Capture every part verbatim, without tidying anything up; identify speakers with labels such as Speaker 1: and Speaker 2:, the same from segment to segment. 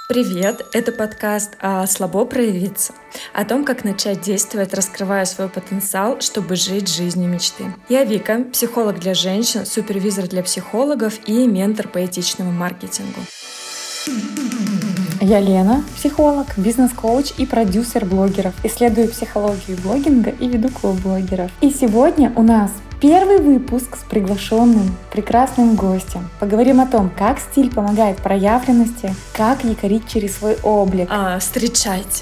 Speaker 1: Привет! Это подкаст о «Слабо проявиться», о том, как начать действовать, раскрывая свой потенциал, чтобы жить жизнью мечты. Я Вика, психолог для женщин, супервизор для психологов и ментор по этичному маркетингу.
Speaker 2: Я Лена, психолог, бизнес-коуч и продюсер блогеров. Исследую психологию блогинга и веду клуб блогеров. И сегодня у нас первый выпуск с приглашенным прекрасным гостем. Поговорим о том, как стиль помогает проявленности, как якорить через свой облик.
Speaker 1: А, встречайте!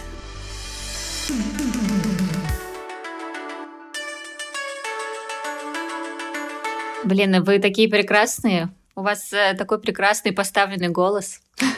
Speaker 3: Блин, вы такие прекрасные. У вас э, такой прекрасный поставленный голос.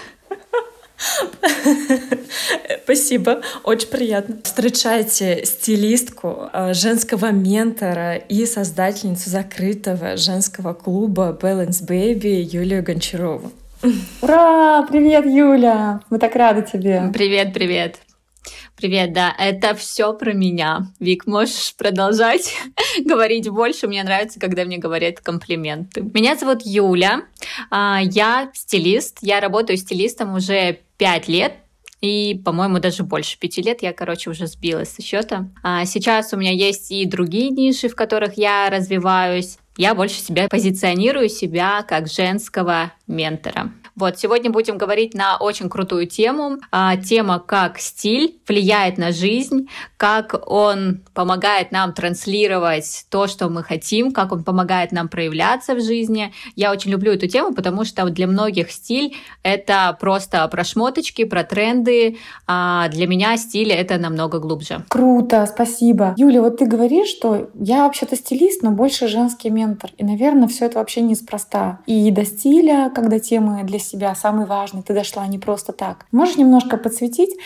Speaker 1: Спасибо, очень приятно. Встречайте стилистку, женского ментора и создательницу закрытого женского клуба Balance Baby Юлию Гончарову.
Speaker 2: Ура! Привет, Юля! Мы так рады тебе.
Speaker 3: Привет, привет. Привет, да, это все про меня. Вик, можешь продолжать говорить больше? Мне нравится, когда мне говорят комплименты. Меня зовут Юля, я стилист, я работаю стилистом уже пять лет. И, по-моему, даже больше пяти лет. Я, короче, уже сбилась со счета. А сейчас у меня есть и другие ниши, в которых я развиваюсь. Я больше себя позиционирую себя как женского ментора. Вот, сегодня будем говорить на очень крутую тему. А, тема, как стиль влияет на жизнь, как он помогает нам транслировать то, что мы хотим, как он помогает нам проявляться в жизни. Я очень люблю эту тему, потому что для многих стиль — это просто про шмоточки, про тренды. А для меня стиль — это намного глубже.
Speaker 2: Круто, спасибо. Юля, вот ты говоришь, что я вообще-то стилист, но больше женский ментор. И, наверное, все это вообще неспроста. И до стиля, когда темы для себя самый важный, ты дошла не просто так. Можешь немножко подсветить,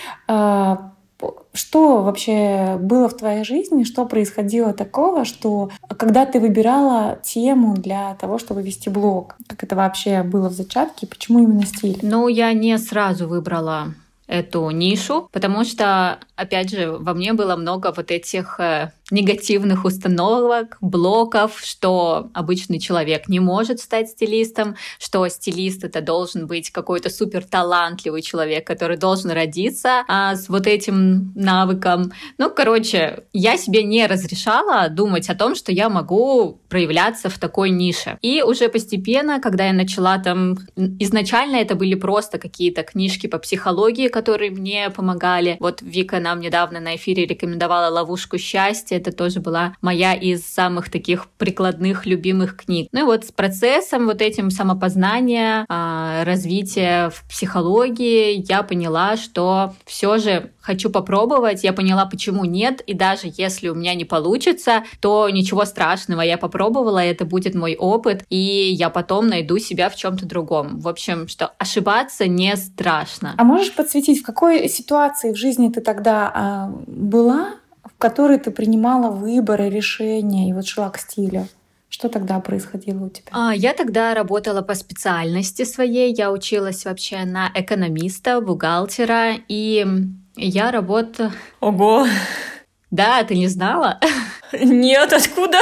Speaker 2: что вообще было в твоей жизни, что происходило такого, что когда ты выбирала тему для того, чтобы вести блог, как это вообще было в зачатке, и почему именно стиль?
Speaker 3: Ну, я не сразу выбрала эту нишу, потому что, опять же, во мне было много вот этих э, негативных установок, блоков, что обычный человек не может стать стилистом, что стилист — это должен быть какой-то супер талантливый человек, который должен родиться а, с вот этим навыком. Ну, короче, я себе не разрешала думать о том, что я могу проявляться в такой нише. И уже постепенно, когда я начала там... Изначально это были просто какие-то книжки по психологии, которые мне помогали. Вот Вика нам недавно на эфире рекомендовала «Ловушку счастья». Это тоже была моя из самых таких прикладных, любимых книг. Ну и вот с процессом вот этим самопознания, развития в психологии я поняла, что все же хочу попробовать. Я поняла, почему нет. И даже если у меня не получится, то ничего страшного. Я попробовала, это будет мой опыт, и я потом найду себя в чем-то другом. В общем, что ошибаться не страшно.
Speaker 2: А можешь подсветить, в какой ситуации в жизни ты тогда а, была, в которой ты принимала выборы, решения и вот шла к стилю? Что тогда происходило у тебя?
Speaker 3: А, я тогда работала по специальности своей. Я училась вообще на экономиста, бухгалтера, и я работала...
Speaker 1: Ого!
Speaker 3: Да, ты не знала?
Speaker 1: Нет, откуда?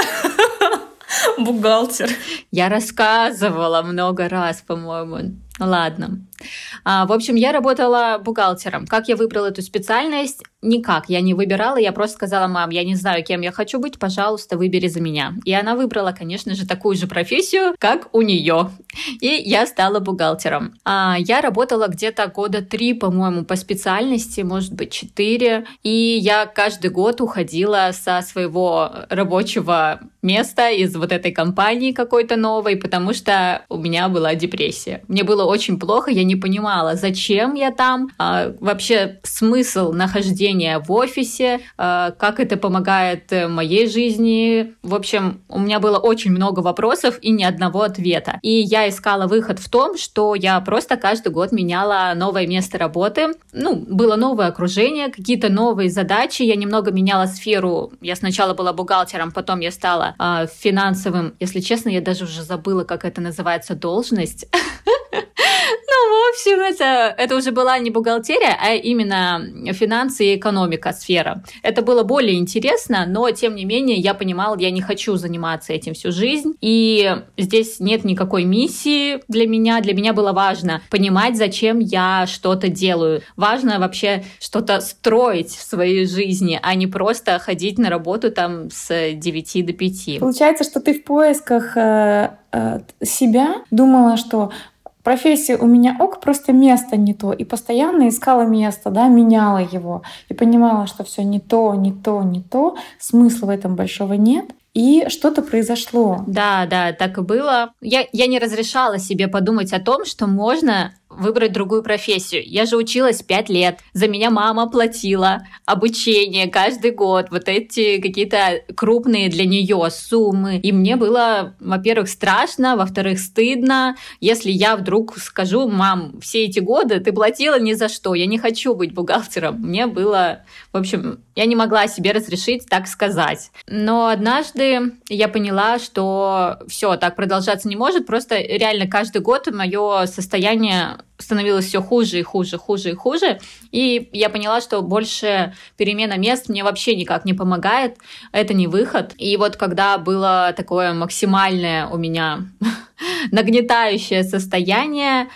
Speaker 1: Бухгалтер.
Speaker 3: Я рассказывала много раз, по-моему. Ладно. А, в общем, я работала бухгалтером. Как я выбрала эту специальность? Никак. Я не выбирала. Я просто сказала: мам, я не знаю, кем я хочу быть, пожалуйста, выбери за меня. И она выбрала, конечно же, такую же профессию, как у нее. И я стала бухгалтером. А, я работала где-то года три, по-моему, по специальности, может быть, четыре. И я каждый год уходила со своего рабочего места из вот этой компании какой-то новой, потому что у меня была депрессия. Мне было очень плохо, я не понимала, зачем я там, а, вообще смысл нахождения в офисе, а, как это помогает моей жизни. В общем, у меня было очень много вопросов и ни одного ответа. И я искала выход в том, что я просто каждый год меняла новое место работы. Ну, было новое окружение, какие-то новые задачи. Я немного меняла сферу. Я сначала была бухгалтером, потом я стала а, финансовым. Если честно, я даже уже забыла, как это называется, должность. Ну, в общем, это, это уже была не бухгалтерия, а именно финансы и экономика сфера. Это было более интересно, но тем не менее я понимала, я не хочу заниматься этим всю жизнь, и здесь нет никакой миссии для меня. Для меня было важно понимать, зачем я что-то делаю. Важно вообще что-то строить в своей жизни, а не просто ходить на работу там с девяти до пяти.
Speaker 2: Получается, что ты в поисках э, э, себя думала, что профессия у меня ок, просто место не то. И постоянно искала место, да, меняла его. И понимала, что все не то, не то, не то. Смысла в этом большого нет. И что-то произошло.
Speaker 3: Да, да, так и было. Я, я не разрешала себе подумать о том, что можно выбрать другую профессию. Я же училась пять лет. За меня мама платила обучение каждый год. Вот эти какие-то крупные для нее суммы. И мне было, во-первых, страшно, во-вторых, стыдно, если я вдруг скажу: мам, все эти годы ты платила ни за что, я не хочу быть бухгалтером. Мне было, в общем, я не могла себе разрешить так сказать. Но однажды я поняла, что все, так продолжаться не может. Просто реально каждый год мое состояние становилось все хуже и хуже, хуже и хуже. И я поняла, что больше перемена мест мне вообще никак не помогает. Это не выход. И вот когда было такое максимальное у меня нагнетающее состояние,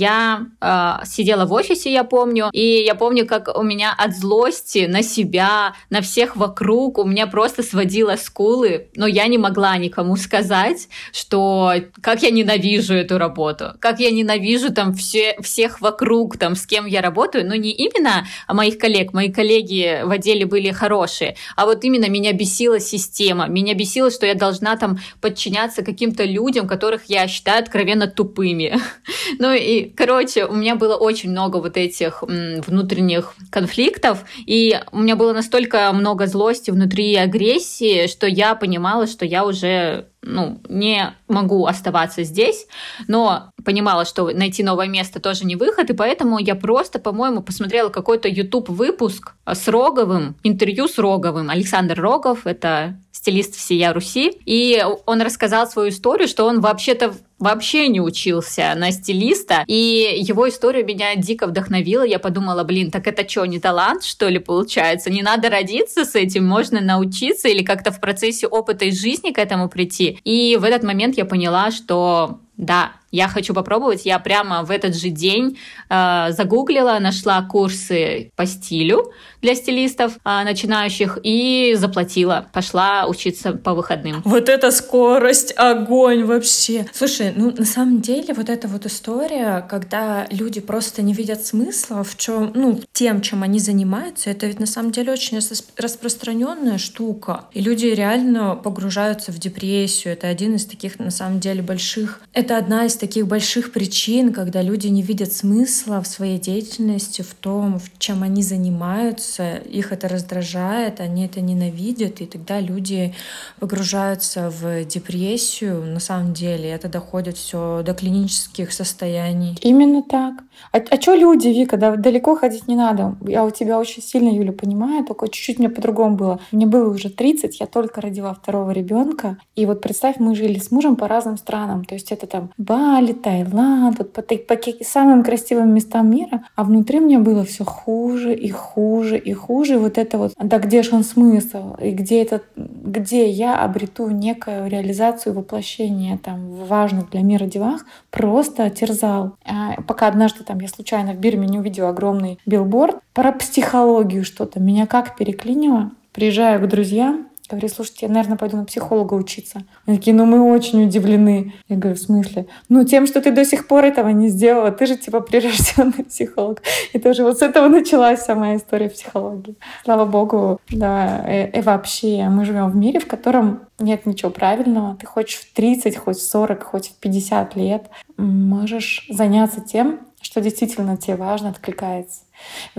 Speaker 3: я э, сидела в офисе, я помню, и я помню, как у меня от злости на себя, на всех вокруг, у меня просто сводило скулы, но я не могла никому сказать, что как я ненавижу эту работу, как я ненавижу там все, всех вокруг, там, с кем я работаю, но не именно моих коллег, мои коллеги в отделе были хорошие, а вот именно меня бесила система, меня бесило, что я должна там подчиняться каким-то людям, которых я считаю откровенно тупыми. Ну и, короче, у меня было очень много вот этих м, внутренних конфликтов, и у меня было настолько много злости внутри и агрессии, что я понимала, что я уже ну, не могу оставаться здесь, но понимала, что найти новое место тоже не выход, и поэтому я просто, по-моему, посмотрела какой-то YouTube-выпуск с Роговым, интервью с Роговым. Александр Рогов — это стилист всея Руси, и он рассказал свою историю, что он вообще-то вообще не учился на стилиста, и его история меня дико вдохновила. Я подумала, блин, так это что, не талант, что ли, получается? Не надо родиться с этим, можно научиться или как-то в процессе опыта из жизни к этому прийти. И в этот момент я поняла, что да, я хочу попробовать. Я прямо в этот же день э, загуглила, нашла курсы по стилю для стилистов э, начинающих и заплатила. Пошла учиться по выходным.
Speaker 1: Вот это скорость, огонь вообще. Слушай, ну на самом деле вот эта вот история, когда люди просто не видят смысла в чем, ну, тем, чем они занимаются, это ведь на самом деле очень распространенная штука. И люди реально погружаются в депрессию. Это один из таких, на самом деле, больших... Это одна из таких больших причин, когда люди не видят смысла в своей деятельности, в том, в чем они занимаются, их это раздражает, они это ненавидят, и тогда люди погружаются в депрессию. На самом деле это доходит все до клинических состояний.
Speaker 2: Именно так. А, а что люди, Вика, да, далеко ходить не надо. Я у тебя очень сильно, Юля, понимаю, только чуть-чуть мне по-другому было. Мне было уже тридцать, я только родила второго ребенка, и вот представь, мы жили с мужем по разным странам, то есть это там Бали, Таиланд, вот по, по самым красивым местам мира, а внутри мне было все хуже и хуже и хуже. И вот это вот, да где же он смысл? И где это, где я обрету некую реализацию, воплощение там в важных для мира делах, просто терзал. А пока однажды там я случайно в Бирме не увидела огромный билборд про психологию что-то, меня как переклинило. Приезжаю к друзьям, говорю, слушайте, я, наверное, пойду на психолога учиться. Они такие, ну мы очень удивлены. Я говорю, в смысле? Ну тем, что ты до сих пор этого не сделала. Ты же типа прирожденный психолог. И тоже вот с этого началась вся моя история психологии. Слава богу, да, и, и вообще мы живем в мире, в котором нет ничего правильного. Ты хочешь в тридцать, хоть в сорок, хоть в пятьдесят лет можешь заняться тем, что действительно тебе важно, откликается. И вот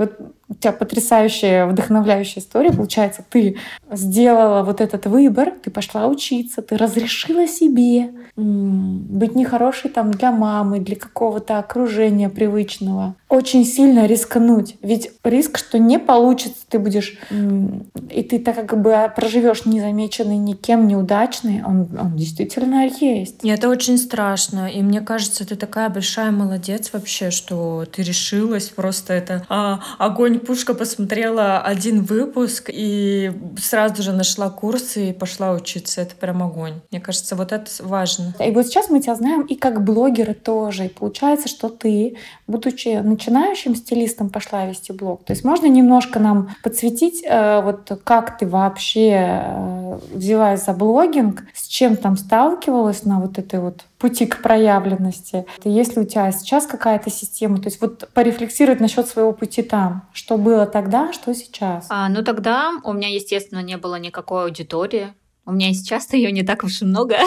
Speaker 2: у тебя потрясающая, вдохновляющая история. Получается, ты сделала вот этот выбор, ты пошла учиться, ты разрешила себе м, быть нехорошей там для мамы, для какого-то окружения привычного. Очень сильно рискнуть. Ведь риск, что не получится, ты будешь... м, и ты так как бы проживешь незамеченный никем, неудачный, он, он действительно есть.
Speaker 1: И это очень страшно. И мне кажется, ты такая большая молодец вообще, что ты решилась. Просто это а, огонь, пушка, посмотрела один выпуск и сразу же нашла курсы и пошла учиться. Это прям огонь. Мне кажется, вот это важно.
Speaker 2: И вот сейчас мы тебя знаем и как блогера тоже. И получается, что ты, будучи начинающим стилистом, пошла вести блог. То есть можно немножко нам подсветить, э, вот как ты вообще э, взялась за блогинг, с чем там сталкивалась на вот этой вот пути к проявленности. И есть ли у тебя сейчас какая-то система? То есть вот порефлексировать насчет своего пути там. Что было тогда, что сейчас?
Speaker 3: А, ну тогда у меня, естественно, не было никакой аудитории. У меня и сейчас-то ее не так уж и много,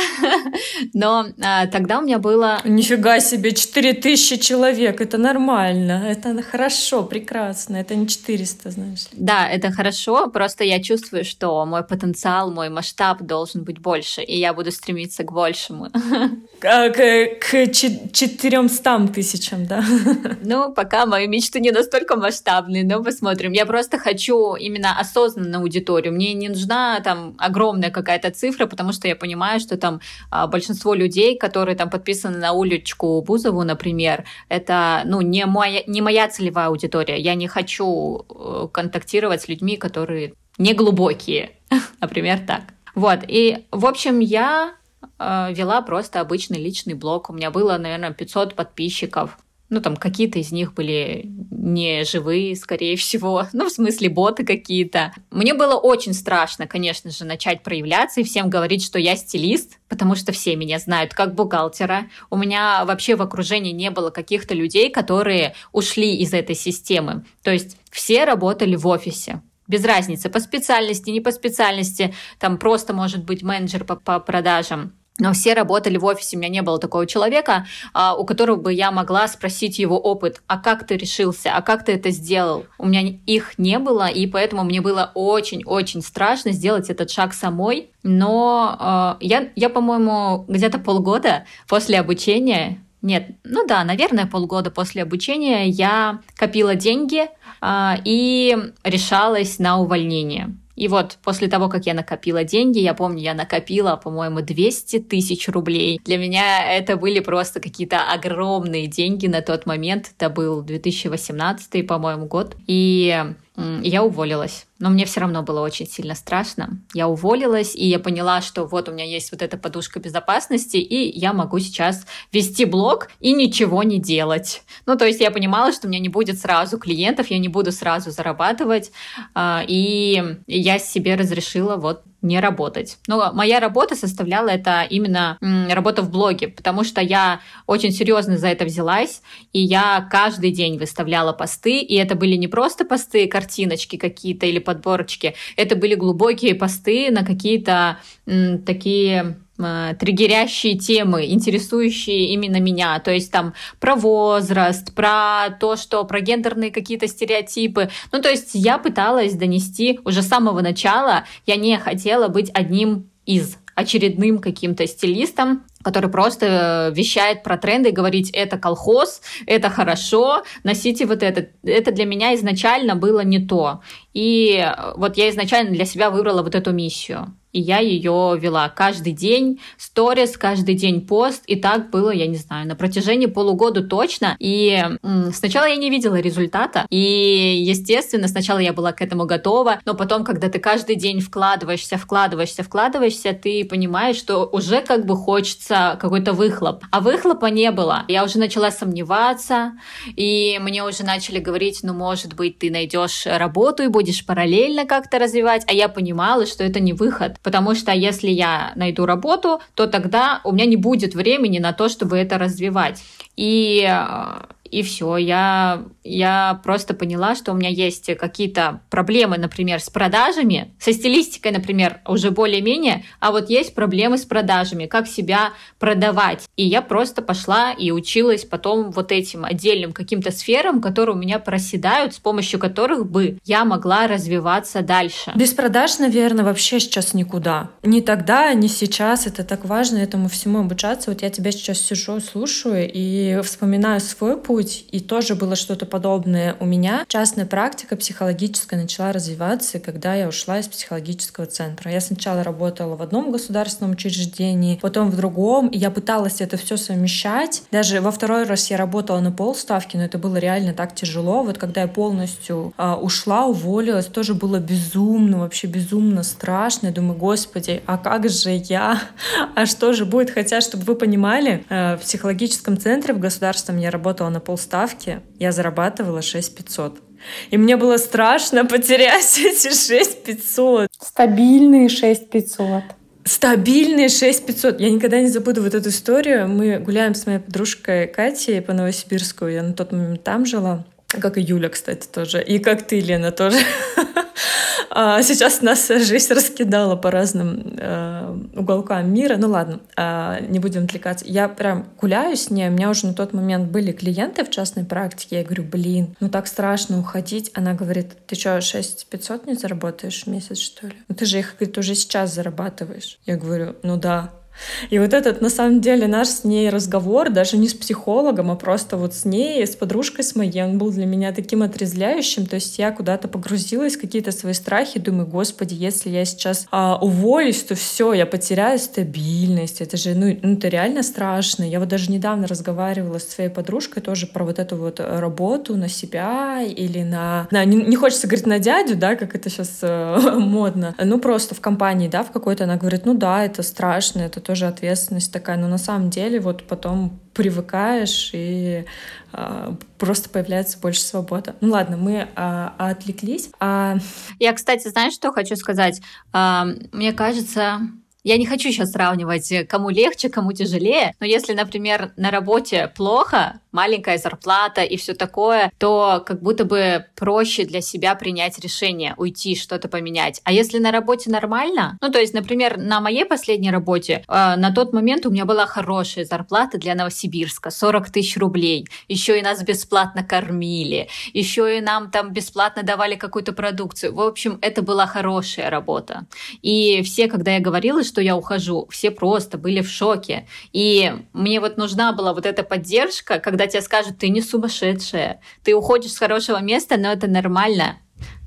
Speaker 3: но а, тогда у меня было...
Speaker 1: Нифига себе, четыре тысячи человек, это нормально, это хорошо, прекрасно, это не четыреста, знаешь ли.
Speaker 3: Да, это хорошо, просто я чувствую, что мой потенциал, мой масштаб должен быть больше, и я буду стремиться к большему.
Speaker 1: К, к четырёмстам тысячам, да?
Speaker 3: Ну, пока мои мечты не настолько масштабные, но посмотрим. Я просто хочу именно осознанную аудиторию. Мне не нужна там огромная какая-то цифра, потому что я понимаю, что там а, большинство людей, которые там подписаны на Улечку Бузову, например, это ну, не, моя, не моя целевая аудитория. Я не хочу э, контактировать с людьми, которые не глубокие, например, так. Вот, и, в общем, я э, вела просто обычный личный блог. У меня было, наверное, пятьсот подписчиков. Ну, там какие-то из них были не живые, скорее всего. Ну, в смысле, боты какие-то. Мне было очень страшно, конечно же, начать проявляться и всем говорить, что я стилист, потому что все меня знают как бухгалтера. У меня вообще в окружении не было каких-то людей, которые ушли из этой системы. То есть все работали в офисе. Без разницы, по специальности, не по специальности. Там просто может быть менеджер по, по продажам. Но все работали в офисе, у меня не было такого человека, у которого бы я могла спросить его опыт, а как ты решился, а как ты это сделал? У меня их не было, и поэтому мне было очень-очень страшно сделать этот шаг самой. Но э, я, я, по-моему, где-то полгода после обучения, нет, ну да, наверное, полгода после обучения я копила деньги э, и решалась на увольнение. И вот после того, как я накопила деньги, я помню, я накопила, по-моему, двести тысяч рублей. Для меня это были просто какие-то огромные деньги на тот момент. Это был две тысячи восемнадцатый, по-моему, год. И я уволилась. Но мне все равно было очень сильно страшно. Я уволилась, и я поняла, что вот у меня есть вот эта подушка безопасности, и я могу сейчас вести блог и ничего не делать. Ну, то есть я понимала, что у меня не будет сразу клиентов, я не буду сразу зарабатывать, и я себе разрешила вот не работать. Но моя работа составляла это именно м, работа в блоге, потому что я очень серьезно за это взялась, и я каждый день выставляла посты, и это были не просто посты, картиночки какие-то или подборочки, это были глубокие посты на какие-то м, такие триггерящие темы, интересующие именно меня, то есть там про возраст, про то, что про гендерные какие-то стереотипы. Ну, то есть я пыталась донести уже с самого начала, я не хотела быть одним из очередным каким-то стилистом, который просто вещает про тренды и говорит, это колхоз, это хорошо, носите вот это. Это для меня изначально было не то. И вот я изначально для себя выбрала вот эту миссию. И я ее вела каждый день, сторис, каждый день пост. И так было, я не знаю, на протяжении полугода точно. И м, сначала я не видела результата. И, естественно, сначала я была к этому готова. Но потом, когда ты каждый день вкладываешься, вкладываешься, вкладываешься, ты понимаешь, что уже как бы хочется какой-то выхлоп. А выхлопа не было. Я уже начала сомневаться. И мне уже начали говорить, ну, может быть, ты найдешь работу и будешь параллельно как-то развивать. А я понимала, что это не выход. Потому что если я найду работу, то тогда у меня не будет времени на то, чтобы это развивать. И и все. Я, я просто поняла, что у меня есть какие-то проблемы, например, с продажами, со стилистикой, например, уже более-менее, а вот есть проблемы с продажами, как себя продавать. И я просто пошла и училась потом вот этим отдельным каким-то сферам, которые у меня проседают, с помощью которых бы я могла развиваться дальше.
Speaker 1: Без продаж, наверное, вообще сейчас никуда. Ни тогда, ни сейчас. Это так важно этому всему обучаться. Вот я тебя сейчас сижу, слушаю и вспоминаю свой путь, и тоже было что-то подобное у меня. Частная практика психологическая начала развиваться, когда я ушла из психологического центра. Я сначала работала в одном государственном учреждении, потом в другом, и я пыталась это все совмещать. Даже во второй раз я работала на полставки, но это было реально так тяжело. Вот когда я полностью а, ушла, уволилась, тоже было безумно, вообще безумно страшно. Я думаю, господи, а как же я? А что же будет? Хотя, чтобы вы понимали, в психологическом центре в государственном я работала на полставки, я зарабатывала шесть тысяч пятьсот. И мне было страшно потерять эти шесть тысяч пятьсот.
Speaker 2: Стабильные шесть тысяч пятьсот.
Speaker 1: Стабильные шесть тысяч пятьсот. Я никогда не забуду вот эту историю. Мы гуляем с моей подружкой Катей по Новосибирску. Я на тот момент там жила. Как и Юля, кстати, тоже. И как ты, Лена, тоже. А сейчас нас жизнь раскидала по разным э, уголкам мира. Ну ладно, э, не будем отвлекаться. Я прям гуляю с ней. У меня уже на тот момент были клиенты в частной практике. Я говорю, блин, ну так страшно уходить. Она говорит, ты что, шесть тысяч пятьсот не заработаешь в месяц, что ли? Ну ты же их, говорит, уже сейчас зарабатываешь. Я говорю, ну да. И вот этот, на самом деле, наш с ней разговор, даже не с психологом, а просто вот с ней, с подружкой с моей, он был для меня таким отрезвляющим. То есть я куда-то погрузилась в какие-то свои страхи, думаю, господи, если я сейчас а, уволюсь, то все, я потеряю стабильность. Это же, ну, ну, это реально страшно. Я вот даже недавно разговаривала со своей подружкой тоже про вот эту вот работу на себя или на... на не, не хочется говорить на дядю, да, как это сейчас э, модно. Ну, просто в компании, да, в какой-то она говорит, ну да, это страшно, это тоже ответственность такая, но на самом деле вот потом привыкаешь и э, просто появляется больше свободы. Ну ладно, мы э, отвлеклись. А...
Speaker 3: Я, кстати, знаешь, что хочу сказать? А, мне кажется... Я не хочу сейчас сравнивать, кому легче, кому тяжелее, но если, например, на работе плохо, маленькая зарплата и все такое, то как будто бы проще для себя принять решение, уйти, что-то поменять. А если на работе нормально, ну то есть, например, на моей последней работе, э, на тот момент у меня была хорошая зарплата для Новосибирска, сорок тысяч рублей, еще и нас бесплатно кормили, еще и нам там бесплатно давали какую-то продукцию. В общем, это была хорошая работа. И все, когда я говорила, что я ухожу, все просто были в шоке. И мне вот нужна была вот эта поддержка, когда тебе скажут, ты не сумасшедшая, ты уходишь с хорошего места, но это нормально.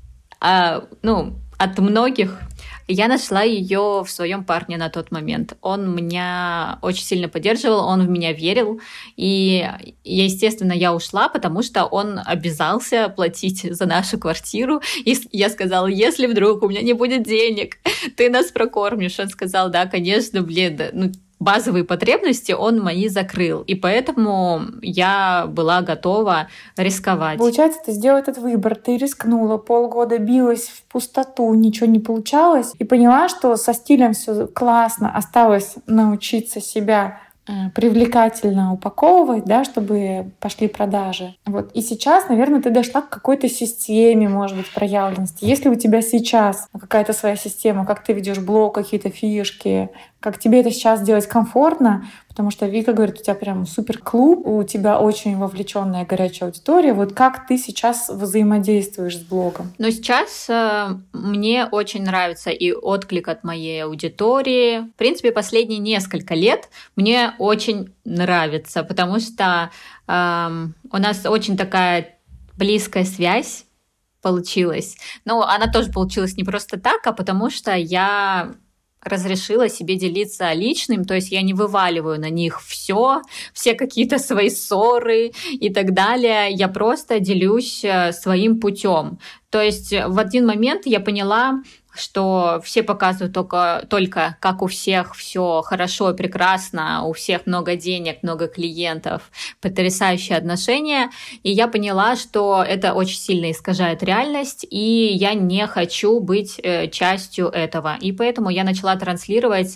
Speaker 3: А, ну, от многих я нашла ее в своем парне на тот момент. Он меня очень сильно поддерживал, он в меня верил. И, естественно, я ушла, потому что он обязался платить за нашу квартиру. И я сказала, если вдруг у меня не будет денег, ты нас прокормишь. Он сказал, да, конечно, блин, да, ну, базовые потребности он мои закрыл. И поэтому я была готова рисковать.
Speaker 2: Получается, ты сделала этот выбор, ты рискнула, полгода билась в пустоту, ничего не получалось, и поняла, что со стилем все классно, осталось научиться себя привлекательно упаковывать, да, чтобы пошли продажи. Вот. И сейчас, наверное, ты дошла к какой-то системе, может быть, проявленности. Если у тебя сейчас какая-то своя система, как ты ведешь блог, какие-то фишки, как тебе это сейчас делать комфортно, потому что Вика говорит, у тебя прям супер клуб, у тебя очень вовлеченная горячая аудитория. Вот как ты сейчас взаимодействуешь с блогом?
Speaker 3: Но сейчас э, мне очень нравится и отклик от моей аудитории. В принципе, последние несколько лет мне очень нравится, потому что э, у нас очень такая близкая связь получилась. Но она тоже получилась не просто так, а потому что я разрешила себе делиться личным, то есть я не вываливаю на них все, все какие-то свои ссоры и так далее. Я просто делюсь своим путем. То есть в один момент я поняла, что все показывают только, только как у всех все хорошо и прекрасно, у всех много денег, много клиентов, потрясающие отношения. И я поняла, что это очень сильно искажает реальность, и я не хочу быть э, частью этого. И поэтому я начала транслировать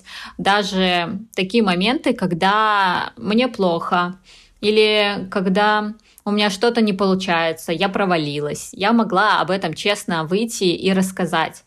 Speaker 3: даже такие моменты, когда мне плохо, или когда у меня что-то не получается, я провалилась. Я могла об этом честно выйти и рассказать.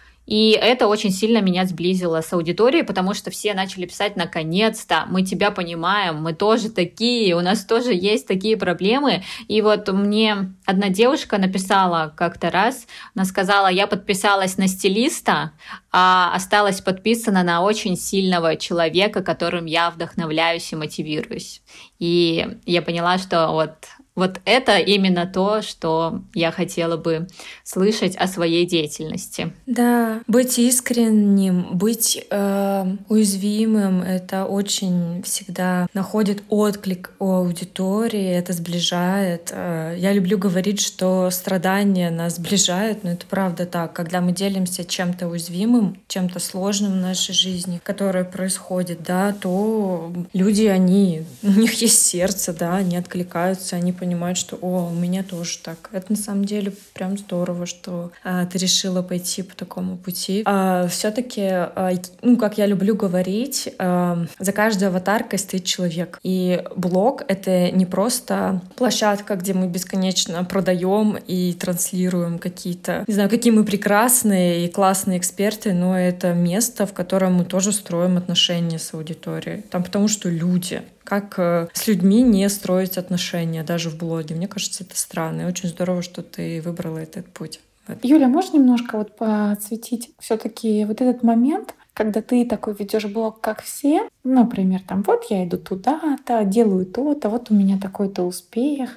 Speaker 3: И это очень сильно меня сблизило с аудиторией, потому что все начали писать: наконец-то, мы тебя понимаем, мы тоже такие, у нас тоже есть такие проблемы. И вот мне одна девушка написала как-то раз, она сказала: я подписалась на стилиста, а осталась подписана на очень сильного человека, которым я вдохновляюсь и мотивируюсь. И я поняла, что вот... Вот это именно то, что я хотела бы слышать о своей деятельности.
Speaker 1: Да, быть искренним, быть э, уязвимым — это очень всегда находит отклик у аудитории, это сближает. Э, я люблю говорить, что страдания нас сближают, но это правда так. Когда мы делимся чем-то уязвимым, чем-то сложным в нашей жизни, которое происходит, да, то люди, они, у них есть сердце, да, они откликаются, они понимают, понимать, что о, у меня тоже так. Это на самом деле прям здорово, что а, ты решила пойти по такому пути. А, все-таки, а, ну, как я люблю говорить, а, за каждой аватаркой стоит человек. И блог — это не просто площадка, где мы бесконечно продаем и транслируем какие-то, не знаю, какие мы прекрасные и классные эксперты, но это место, в котором мы тоже строим отношения с аудиторией. Там потому что люди. Как с людьми не строить отношения, даже в блоге. Мне кажется, это странно. И очень здорово, что ты выбрала этот путь.
Speaker 2: Юля, можешь немножко вот подсветить все-таки вот этот момент, когда ты такой ведешь блог, как все, например, там, вот я иду туда-то, делаю то-то, вот у меня такой-то успех.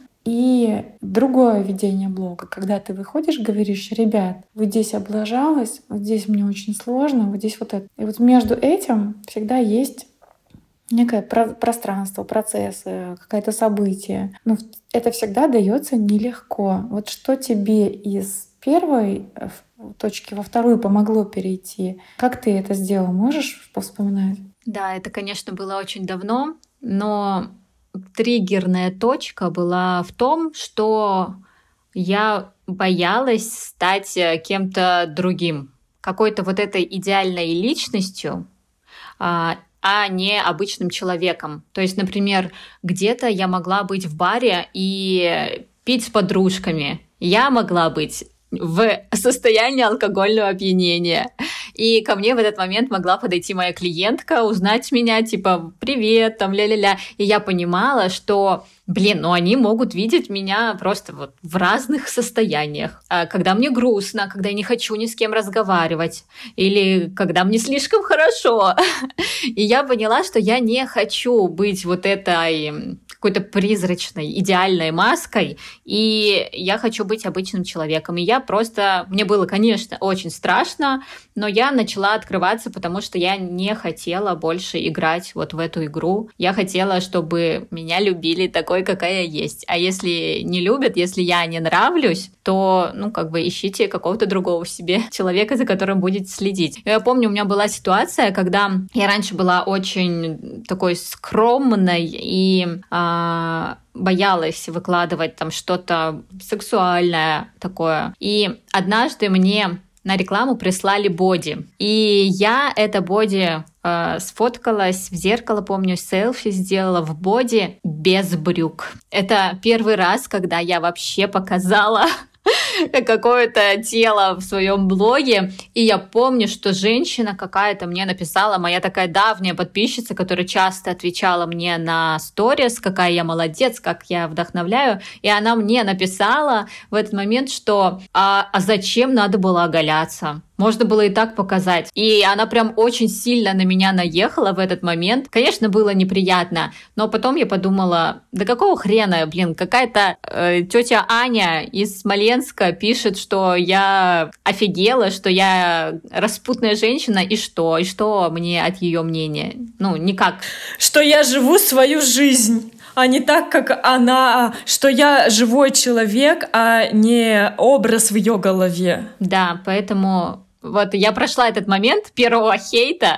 Speaker 2: И другое ведение блога, когда ты выходишь, говоришь: ребят, вот здесь облажалась, вот здесь мне очень сложно, вот здесь вот это. И вот между этим всегда есть некое про- пространство, процесс, какое-то событие. Но это всегда дается нелегко. Вот что тебе из первой точки во вторую помогло перейти? Как ты это сделала? Можешь вспоминать?
Speaker 3: Да, это, конечно, было очень давно, но триггерная точка была в том, что я боялась стать кем-то другим, какой-то вот этой идеальной личностью, а не обычным человеком. То есть, например, где-то я могла быть в баре и пить с подружками. Я могла быть в состоянии алкогольного опьянения. И ко мне в этот момент могла подойти моя клиентка, узнать меня, типа, привет, там, ля-ля-ля. И я понимала, что, блин, ну они могут видеть меня просто вот в разных состояниях. Когда мне грустно, когда я не хочу ни с кем разговаривать, или когда мне слишком хорошо. И я поняла, что я не хочу быть вот этой какой-то призрачной, идеальной маской, и я хочу быть обычным человеком. И я просто... Мне было, конечно, очень страшно, но я начала открываться, потому что я не хотела больше играть вот в эту игру. Я хотела, чтобы меня любили такой, какая я есть. А если не любят, если я не нравлюсь, то, ну, как бы ищите какого-то другого себе человека, за которым будете следить. Я помню, у меня была ситуация, когда я раньше была очень такой скромной и а, боялась выкладывать там что-то сексуальное такое. И однажды мне на рекламу прислали боди. И я это боди э, сфоткалась в зеркало, помню, селфи сделала в боди без брюк. Это первый раз, когда я вообще показала какое-то тело в своем блоге. И я помню, что женщина какая-то мне написала, моя такая давняя подписчица, которая часто отвечала мне на сторис, какая я молодец, как я вдохновляю. И она мне написала в этот момент, что а, а зачем надо было оголяться? Можно было и так показать. И она прям очень сильно на меня наехала в этот момент. Конечно, было неприятно, но потом я подумала, да какого хрена, блин, какая-то э, тетя Аня из Смоленска пишет, что я офигела, что я распутная женщина, и что? И что мне от ее мнения? Ну, никак.
Speaker 1: Что я живу свою жизнь. А не так, как она, что я живой человек, а не образ в ее голове.
Speaker 3: Да, поэтому вот я прошла этот момент первого хейта,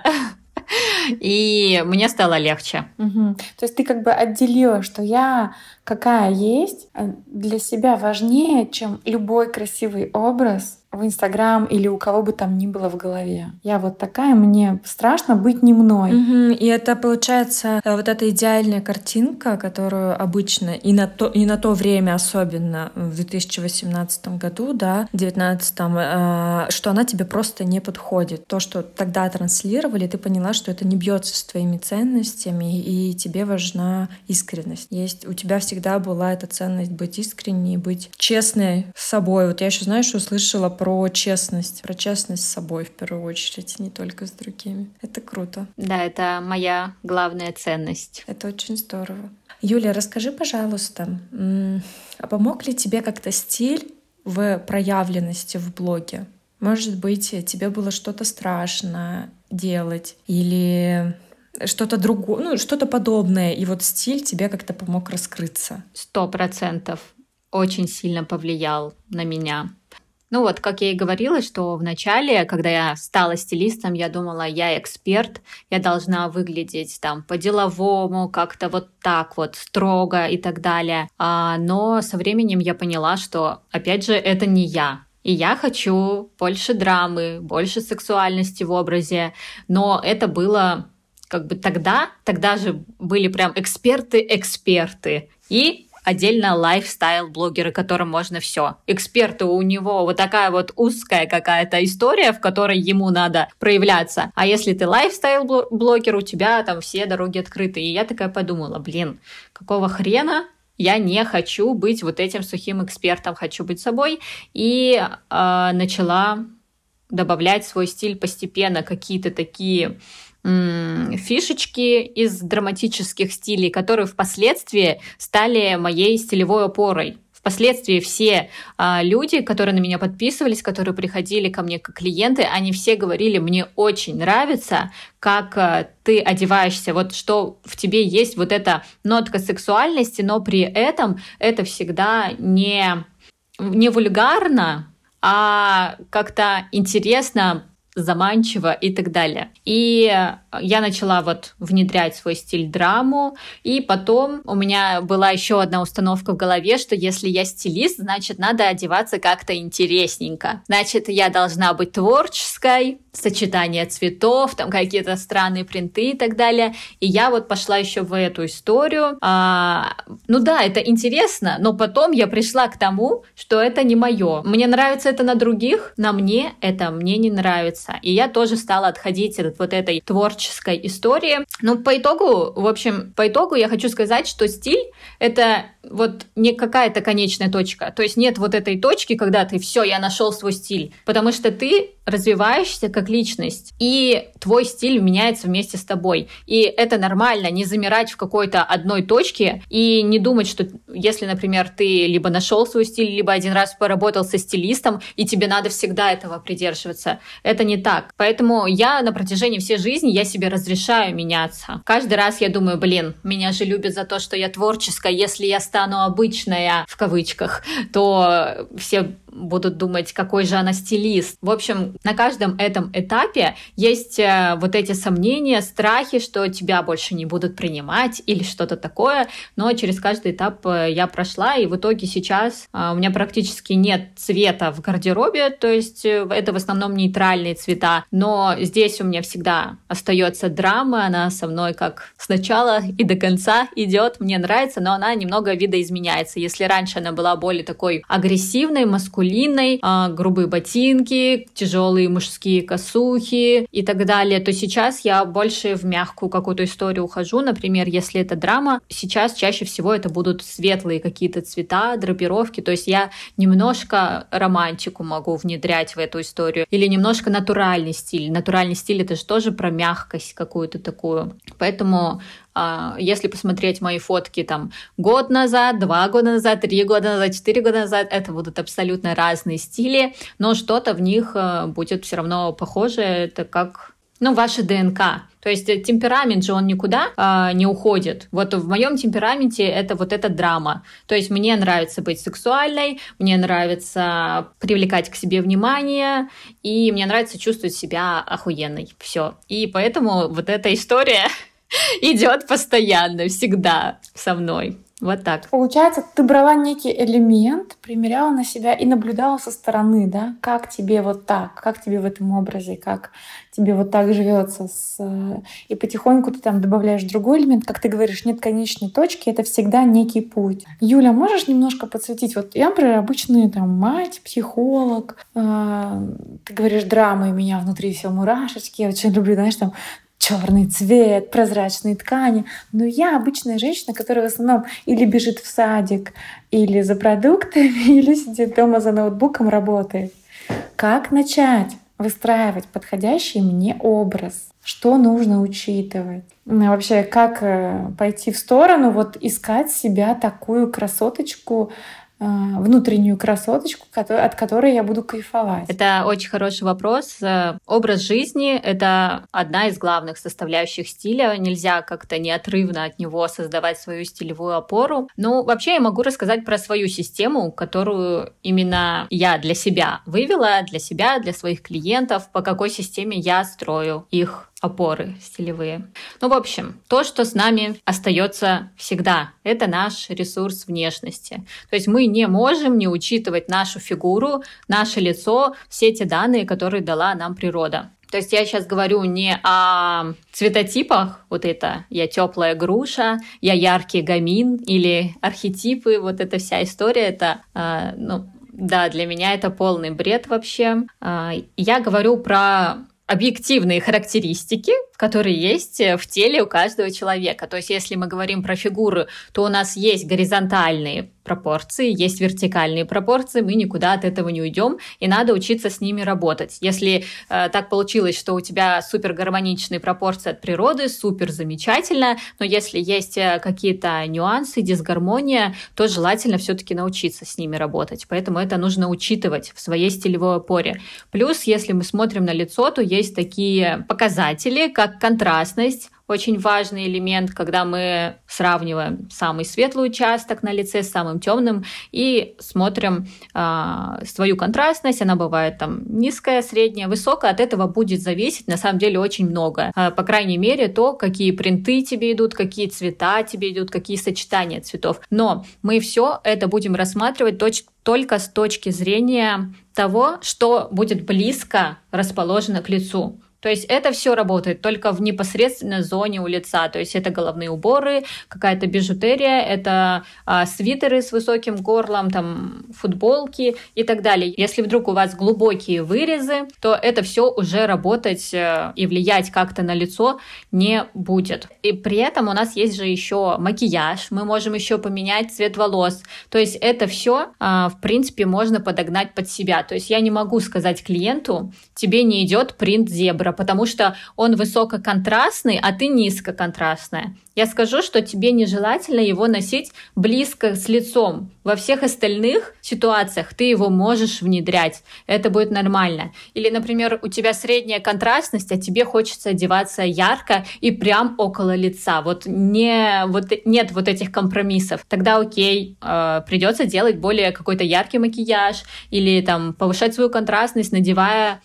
Speaker 3: и мне стало легче.
Speaker 2: Угу. То есть ты как бы отделила, что я какая есть для себя важнее, чем любой красивый образ в Инстаграм или у кого бы там ни было в голове. Я вот такая, мне страшно быть не мной.
Speaker 1: Мгм. И это получается э, вот эта идеальная картинка, которую обычно и на то, и на то время особенно в две тысячи восемнадцатом году, да, в девятнадцатом, э, что она тебе просто не подходит. То, что тогда транслировали, ты поняла, что это не бьется с твоими ценностями, и тебе важна искренность. Есть у тебя всегда была эта ценность быть искренней, быть честной с собой. Вот я еще, знаешь, услышала про честность, про честность с собой в первую очередь, не только с другими. Это круто.
Speaker 3: Да, это моя главная ценность.
Speaker 1: Это очень здорово. Юлия, расскажи, пожалуйста, м, а помог ли тебе как-то стиль в проявленности в блоге? Может быть, тебе было что-то страшно делать или что-то другое, ну, что-то подобное, и вот стиль тебе как-то помог раскрыться?
Speaker 3: Сто процентов очень сильно повлиял на меня. Ну вот, как я и говорила, что в начале, когда я стала стилистом, я думала, я эксперт, я должна выглядеть там по-деловому, как-то вот так вот, строго и так далее. А, но со временем я поняла, что, опять же, это не я. И я хочу больше драмы, больше сексуальности в образе, но это было как бы тогда, тогда же были прям эксперты-эксперты. И отдельно лайфстайл-блогеры, которым можно все. Эксперты, у него вот такая вот узкая какая-то история, в которой ему надо проявляться. А если ты лайфстайл-блогер, у тебя там все дороги открыты. И я такая подумала, блин, какого хрена я не хочу быть вот этим сухим экспертом, хочу быть собой. И э, начала добавлять свой стиль постепенно, какие-то такие фишечки из драматических стилей, которые впоследствии стали моей стилевой опорой. Впоследствии все а, люди, которые на меня подписывались, которые приходили ко мне как клиенты, они все говорили, мне очень нравится, как а, ты одеваешься, вот что в тебе есть вот эта нотка сексуальности, но при этом это всегда не, не вульгарно, а как-то интересно, заманчиво и так далее. И я начала вот внедрять свой стиль драму, и потом у меня была еще одна установка в голове, что если я стилист, значит, надо одеваться как-то интересненько. Значит, я должна быть творческой, сочетание цветов, там какие-то странные принты и так далее. И я вот пошла еще в эту историю. А, ну да, это интересно, но потом я пришла к тому, что это не мое. Мне нравится это на других, на мне это мне не нравится. И я тоже стала отходить от вот этой творческой истории. Но по итогу, в общем, по итогу я хочу сказать, что стиль — это вот не какая-то конечная точка. То есть нет вот этой точки, когда ты все, я нашел свой стиль. Потому что ты развиваешься как личность, и твой стиль меняется вместе с тобой. И это нормально, не замирать в какой-то одной точке и не думать, что если, например, ты либо нашел свой стиль, либо один раз поработал со стилистом, и тебе надо всегда этого придерживаться. Это не так. Поэтому я на протяжении всей жизни я себе разрешаю меняться. Каждый раз я думаю, блин, меня же любят за то, что я творческая. Если я стану обычная, в кавычках, то все будут думать, какой же она стилист. В общем, на каждом этом этапе есть э, вот эти сомнения, страхи, что тебя больше не будут принимать или что-то такое, но через каждый этап э, я прошла, и в итоге сейчас э, у меня практически нет цвета в гардеробе, то есть э, это в основном нейтральные цвета, но здесь у меня всегда остается драма, она со мной как с начала и до конца идет, мне нравится, но она немного видоизменяется. Если раньше она была более такой агрессивной, маскулинной, а, грубые ботинки, тяжелые мужские косухи и так далее, то сейчас я больше в мягкую какую-то историю ухожу. Например, если это драма, сейчас чаще всего это будут светлые какие-то цвета, драпировки, то есть я немножко романтику могу внедрять в эту историю или немножко натуральный стиль. Натуральный стиль — это же тоже про мягкость какую-то такую. Поэтому если посмотреть мои фотки там год назад, два года назад, три года назад, четыре года назад, это будут абсолютно разные стили, но что-то в них будет все равно похоже, это как, ну, ваша ДНК. То есть темперамент же, он никуда э, не уходит. Вот в моем темпераменте это вот эта драма. То есть мне нравится быть сексуальной, мне нравится привлекать к себе внимание, и мне нравится чувствовать себя охуенной. Все. И поэтому вот эта история идет постоянно, всегда со мной. Вот так.
Speaker 2: Получается, ты брала некий элемент, примеряла на себя и наблюдала со стороны, да, как тебе вот так, как тебе в этом образе, как тебе вот так живется. С... И потихоньку ты там добавляешь другой элемент. Как ты говоришь, нет конечной точки, это всегда некий путь. Юля, можешь немножко подсветить? Вот я, например, обычная там мать, психолог, э, ты говоришь, драма, и у меня внутри все мурашечки. Я очень люблю, знаешь, там черный цвет, прозрачные ткани. Но я обычная женщина, которая в основном или бежит в садик, или за продуктами, или сидит дома за ноутбуком, работает. Как начать выстраивать подходящий мне образ? Что нужно учитывать? Ну, вообще, как пойти в сторону, вот искать себя такую красоточку, внутреннюю красоточку, от которой я буду кайфовать?
Speaker 3: Это очень хороший вопрос. Образ жизни — это одна из главных составляющих стиля. Нельзя как-то неотрывно от него создавать свою стилевую опору. Ну, вообще, я могу рассказать про свою систему, которую именно я для себя вывела, для себя, для своих клиентов, по какой системе я строю их опоры стилевые. Ну, в общем, то, что с нами остается всегда, это наш ресурс внешности. То есть мы не можем не учитывать нашу фигуру, наше лицо, все те данные, которые дала нам природа. То есть я сейчас говорю не о цветотипах, вот это я теплая груша, я яркий гамин или архетипы, вот эта вся история, это, э, ну, да, для меня это полный бред вообще. Э, я говорю про объективные характеристики, которые есть в теле у каждого человека. То есть если мы говорим про фигуру, то у нас есть горизонтальные пропорции, есть вертикальные пропорции, мы никуда от этого не уйдем, и надо учиться с ними работать. Если э, так получилось, что у тебя супер гармоничные пропорции от природы, супер замечательно, но если есть какие-то нюансы, дисгармония, то желательно все-таки научиться с ними работать. Поэтому это нужно учитывать в своей стилевой опоре. Плюс, если мы смотрим на лицо, то есть такие показатели, как контрастность, очень важный элемент, когда мы сравниваем самый светлый участок на лице с самым темным и смотрим э, свою контрастность. Она бывает там низкая, средняя, высокая. От этого будет зависеть на самом деле очень много. Э, по крайней мере, то, какие принты тебе идут, какие цвета тебе идут, какие сочетания цветов. Но мы все это будем рассматривать точ- только с точки зрения того, что будет близко расположено к лицу. То есть это все работает только в непосредственной зоне у лица. То есть это головные уборы, какая-то бижутерия, это а, свитеры с высоким горлом, там, футболки и так далее. Если вдруг у вас глубокие вырезы, то это все уже работать э, и влиять как-то на лицо не будет. И при этом у нас есть же еще макияж, мы можем еще поменять цвет волос. То есть это все, э, в принципе, можно подогнать под себя. То есть я не могу сказать клиенту, тебе не идет принт зебра, потому что он высококонтрастный, а ты низкоконтрастная. Я скажу, что тебе нежелательно его носить близко с лицом. Во всех остальных ситуациях ты его можешь внедрять. Это будет нормально. Или, например, у тебя средняя контрастность, а тебе хочется одеваться ярко и прям около лица. Вот, не, вот нет вот этих компромиссов. Тогда окей, э, придется делать более какой-то яркий макияж или там повышать свою контрастность, надевая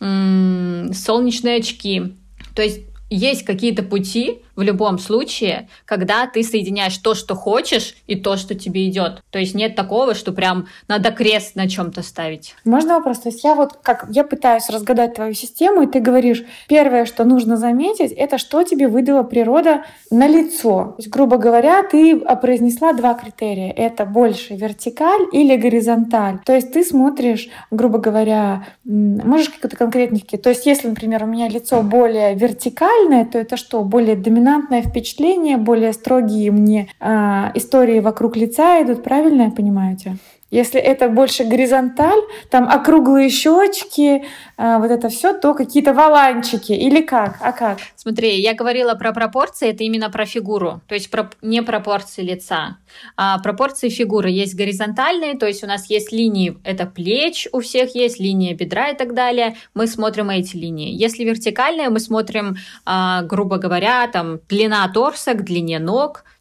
Speaker 3: м- солнечные очки. То есть есть какие-то пути в любом случае, когда ты соединяешь то, что хочешь, и то, что тебе идет. То есть нет такого, что прям надо крест на чем-то ставить.
Speaker 2: Можно вопрос? То есть я вот как я пытаюсь разгадать твою систему, и ты говоришь, первое, что нужно заметить, это что тебе выдала природа на лицо. То есть, грубо говоря, ты произнесла два критерия. Это больше вертикаль или горизонталь. То есть ты смотришь, грубо говоря, можешь какие-то конкретники. То есть если, например, у меня лицо более вертикальное, то это что? Более доминантное впечатление, более строгие мне э, истории вокруг лица идут, правильно я понимаю тебя? Если это больше горизонталь, там округлые щечки, э, вот это все, то какие-то валанчики или как? А как?
Speaker 3: Смотри, я говорила про пропорции, это именно про фигуру, то есть про, не пропорции лица. А пропорции фигуры есть горизонтальные, то есть у нас есть линии, это плеч, у всех есть линия бедра и так далее. Мы смотрим эти линии. Если вертикальные, мы смотрим, а, грубо говоря, там длина торса к длине ног.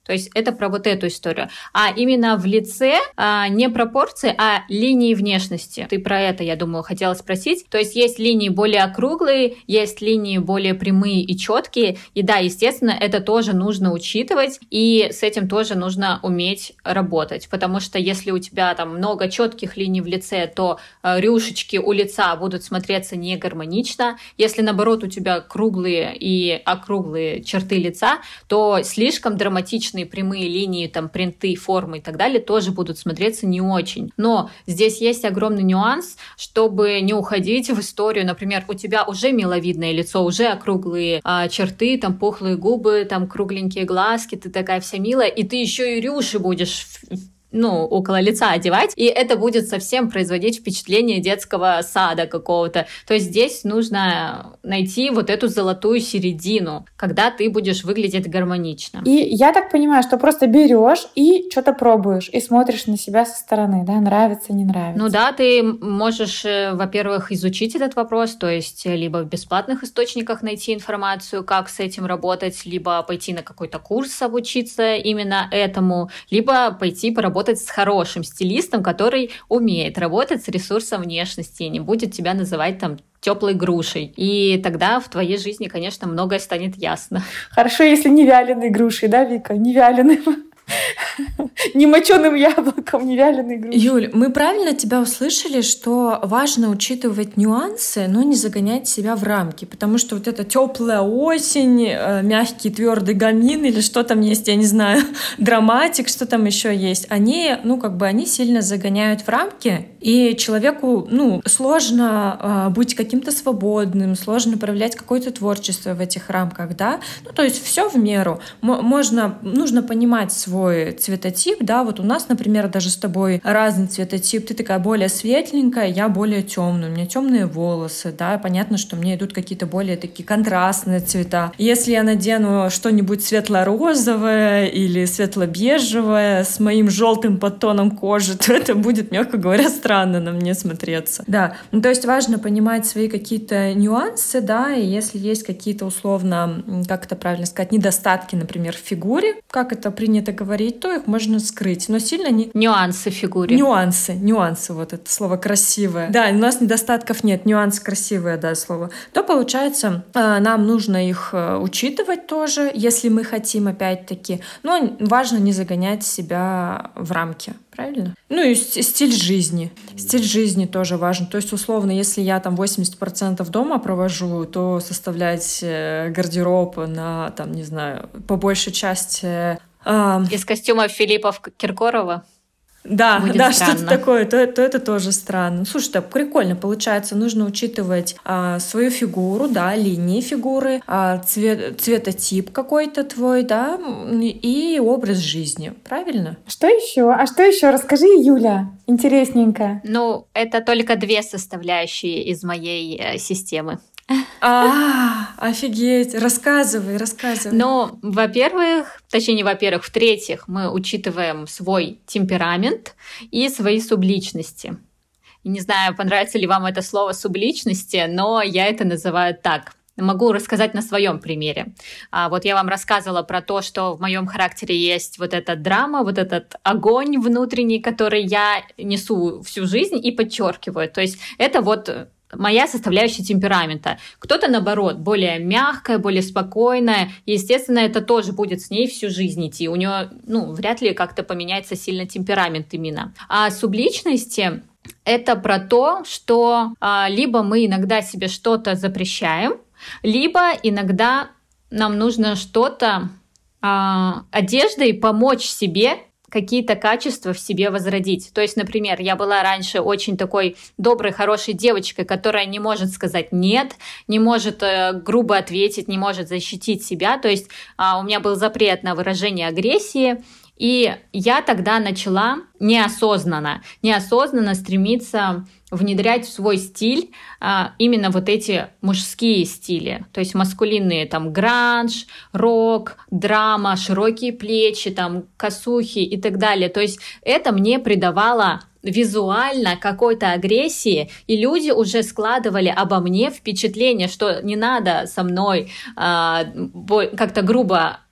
Speaker 3: То есть это про вот эту историю. А именно в лице а, не пропорции, а линии внешности. Ты про это, я думаю, хотела спросить. То есть есть линии более округлые, есть линии более прямые и четкие. И да, естественно, это тоже нужно учитывать, и с этим тоже нужно уметь работать. Потому что если у тебя там много четких линий в лице, то э, рюшечки у лица будут смотреться не гармонично. Если, наоборот, у тебя круглые и округлые черты лица, то слишком драматичные прямые линии, там, принты, формы и так далее тоже будут смотреться не очень. Но здесь есть огромный нюанс, чтобы не уходить в историю. Например, у тебя уже миловидное лицо, уже округлые а, черты, там, пухлые губы, там, кругленькие глазки, ты такая вся милая, и ты еще и рюши будешь ну, около лица одевать, и это будет совсем производить впечатление детского сада какого-то. То есть здесь нужно найти вот эту золотую середину, когда ты будешь выглядеть гармонично.
Speaker 2: И я так понимаю, что просто берешь и что-то пробуешь, и смотришь на себя со стороны, да, нравится, не нравится.
Speaker 3: Ну да, ты можешь, во-первых, изучить этот вопрос, то есть либо в бесплатных источниках найти информацию, как с этим работать, либо пойти на какой-то курс обучиться именно этому, либо пойти поработать с хорошим стилистом, который умеет работать с ресурсом внешности и не будет тебя называть там теплой грушей. И тогда в твоей жизни, конечно, многое станет ясно.
Speaker 2: Хорошо, если не вяленой грушей, да, Вика? Не вяленой. Не моченым яблоком, не вяленой грушей.
Speaker 1: Юль, мы правильно тебя услышали, что важно учитывать нюансы, но не загонять себя в рамки, потому что вот эта теплая осень, мягкий твердый гамин или что там есть, я не знаю, драматик, что там еще есть, они, ну, как бы они сильно загоняют в рамки, и человеку, ну, сложно э, быть каким-то свободным, сложно проявлять какое-то творчество в этих рамках, да, ну, то есть все в меру. М- можно, нужно понимать свой цветотип, да, вот у нас, например, даже с тобой разный цветотип, ты такая более светленькая, я более темная, у меня темные волосы, да, понятно, что мне идут какие-то более такие контрастные цвета. Если я надену что-нибудь светло-розовое или светло-бежевое с моим желтым подтоном кожи, то это будет, мягко говоря, странно на мне смотреться. Да, ну, то есть важно понимать свои какие-то нюансы, да, и если есть какие-то условно, как это правильно сказать, недостатки, например, в фигуре, как это принято говорить, то их можно скрыть, но сильно не...
Speaker 3: Нюансы в фигуре.
Speaker 1: Нюансы, нюансы, вот это слово красивое. Да, у нас недостатков нет, нюанс красивое, да, слово. То, получается, нам нужно их учитывать тоже, если мы хотим, опять-таки. Но важно не загонять себя в рамки. Правильно? Ну и стиль жизни. Стиль жизни тоже важен. То есть, условно, если я там восемьдесят процентов дома провожу, то составлять гардероб на, там, не знаю, по большей части...
Speaker 3: Э... Из костюмов Филиппа Киркорова?
Speaker 1: Да, да, странно. Что-то такое, то, то это тоже странно. Слушай, так прикольно получается, нужно учитывать а, свою фигуру, да, линии фигуры, а, цвет, цветотип какой-то твой, да, и образ жизни, правильно?
Speaker 2: Что еще? А что еще? Расскажи, Юля, интересненько.
Speaker 3: Ну, это только две составляющие из моей э, системы.
Speaker 1: А, офигеть, рассказывай, рассказывай.
Speaker 3: Ну, во-первых, точнее, не во-первых, в-третьих, мы учитываем свой темперамент и свои субличности. И не знаю, понравится ли вам это слово субличности, но я это называю так. Могу рассказать на своем примере. А вот я вам рассказывала про то, что в моем характере есть вот эта драма, вот этот огонь внутренний, который я несу всю жизнь и подчеркиваю. То есть это вот моя составляющая темперамента. Кто-то, наоборот, более мягкая, более спокойная. И, естественно, это тоже будет с ней всю жизнь идти. У нее, ну, вряд ли как-то поменяется сильно темперамент именно. А субличности — это про то, что а, либо мы иногда себе что-то запрещаем, либо иногда нам нужно что-то а, одеждой помочь себе какие-то качества в себе возродить. То есть, например, я была раньше очень такой доброй, хорошей девочкой, которая не может сказать «нет», не может э, грубо ответить, не может защитить себя. То есть э, у меня был запрет на выражение агрессии, и я тогда начала неосознанно, неосознанно стремиться внедрять в свой стиль а, именно вот эти мужские стили, то есть маскулинные, там, гранж, рок, драма, широкие плечи, там, косухи и так далее. То есть это мне придавало визуально какой-то агрессии, и люди уже складывали обо мне впечатление, что не надо со мной а, как-то грубо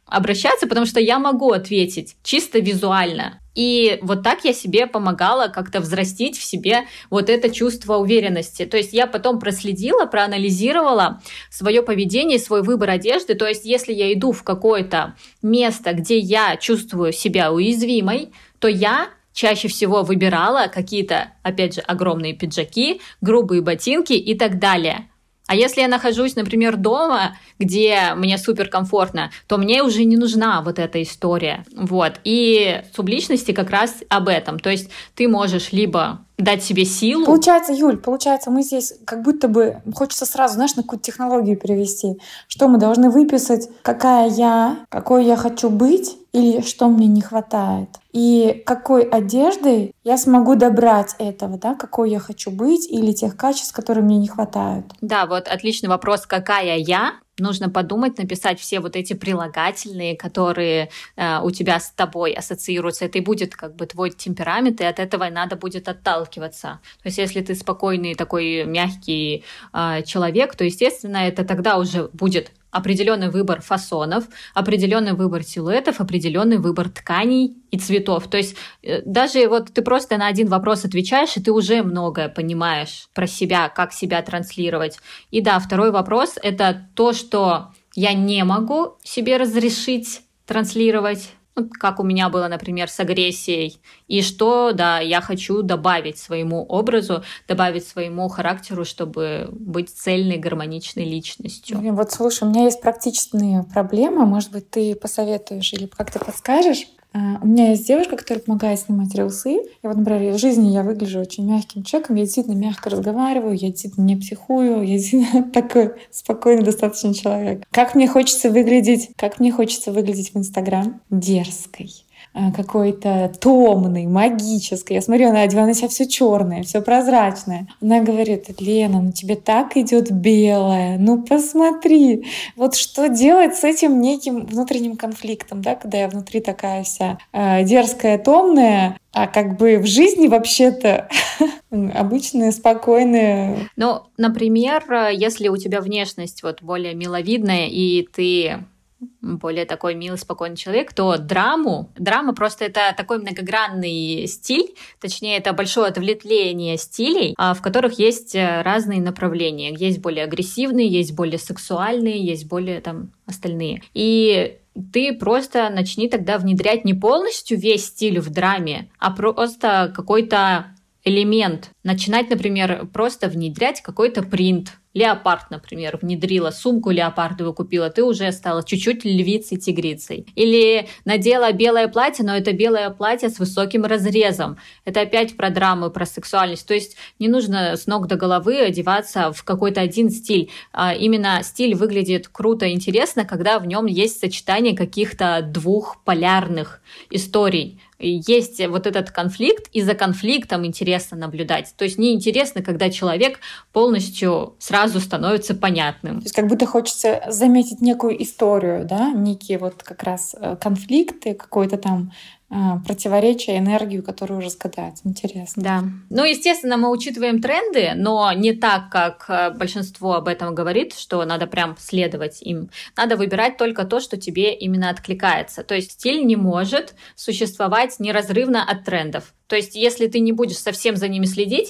Speaker 3: обращаться, потому что я могу ответить чисто визуально. И вот так я себе помогала как-то взрастить в себе вот это чувство уверенности. То есть я потом проследила, проанализировала свое поведение, свой выбор одежды. То есть если я иду в какое-то место, где я чувствую себя уязвимой, то я чаще всего выбирала какие-то, опять же, огромные пиджаки, грубые ботинки и так далее. А если я нахожусь, например, дома, где мне суперкомфортно, то мне уже не нужна вот эта история. Вот. И субличности как раз об этом. То есть ты можешь либо дать себе силу.
Speaker 2: Получается, Юль, получается, мы здесь как будто бы хочется сразу, знаешь, на какую-то технологию перевести. Что мы должны выписать, какая я, какой я хочу быть или что мне не хватает. И какой одеждой я смогу добрать этого, да, какой я хочу быть или тех качеств, которые мне не хватают.
Speaker 3: Да, вот отличный вопрос, какая я. Нужно подумать, написать все вот эти прилагательные, которые э, у тебя с тобой ассоциируются. Это и будет как бы твой темперамент, и от этого надо будет отталкиваться. То есть если ты спокойный, такой мягкий э, человек, то, естественно, это тогда уже будет определенный выбор фасонов, определенный выбор силуэтов, определенный выбор тканей и цветов. То есть э, даже вот ты просто на один вопрос отвечаешь, и ты уже многое понимаешь про себя, как себя транслировать. И да, второй вопрос — это то, что я не могу себе разрешить транслировать, ну, как у меня было, например, с агрессией, и что, да, я хочу добавить своему образу, добавить своему характеру, чтобы быть цельной, гармоничной личностью.
Speaker 2: Блин, вот слушай, у меня есть практичные проблемы, может быть, ты посоветуешь или как-то подскажешь. У меня есть девушка, которая помогает снимать рилсы. И вот, например, в жизни я выгляжу очень мягким человеком, я действительно мягко разговариваю, я действительно не психую, я действительно такой спокойный достаточно человек. Как мне хочется выглядеть, как мне хочется выглядеть в Инстаграм? Дерзкой, какой-то томной, магической. Я смотрю, она одевает на себя все черное, все прозрачное. Она говорит: Лена, ну тебе так идет белое, ну посмотри. Вот что делать с этим неким внутренним конфликтом, да, когда я внутри такая вся э, дерзкая, томная, а как бы в жизни вообще-то обычная, спокойная.
Speaker 3: Ну, например, если у тебя внешность вот более миловидная, и ты более такой милый, спокойный человек, то драму, драма просто это такой многогранный стиль, точнее, это большое ответвление стилей, в которых есть разные направления. Есть более агрессивные, есть более сексуальные, есть более там остальные. И ты просто начни тогда внедрять не полностью весь стиль в драме, а просто какой-то элемент. Начинать, например, просто внедрять какой-то принт. Леопард, например, внедрила, сумку леопардовую купила, ты уже стала чуть-чуть львицей-тигрицей. Или надела белое платье, но это белое платье с высоким разрезом. Это опять про драму, про сексуальность. То есть не нужно с ног до головы одеваться в какой-то один стиль. А именно стиль выглядит круто и интересно, когда в нем есть сочетание каких-то двух полярных историй. Есть вот этот конфликт, и за конфликтом интересно наблюдать. То есть неинтересно, когда человек полностью сразу становится понятным.
Speaker 2: То есть как будто хочется заметить некую историю, да, некие вот как раз конфликты, какой-то там противоречия, энергию, которую разгадать. Интересно.
Speaker 3: Да. Ну, естественно, мы учитываем тренды, но не так, как большинство об этом говорит, что надо прям следовать им. Надо выбирать только то, что тебе именно откликается. То есть стиль не может существовать неразрывно от трендов. То есть, если ты не будешь совсем за ними следить,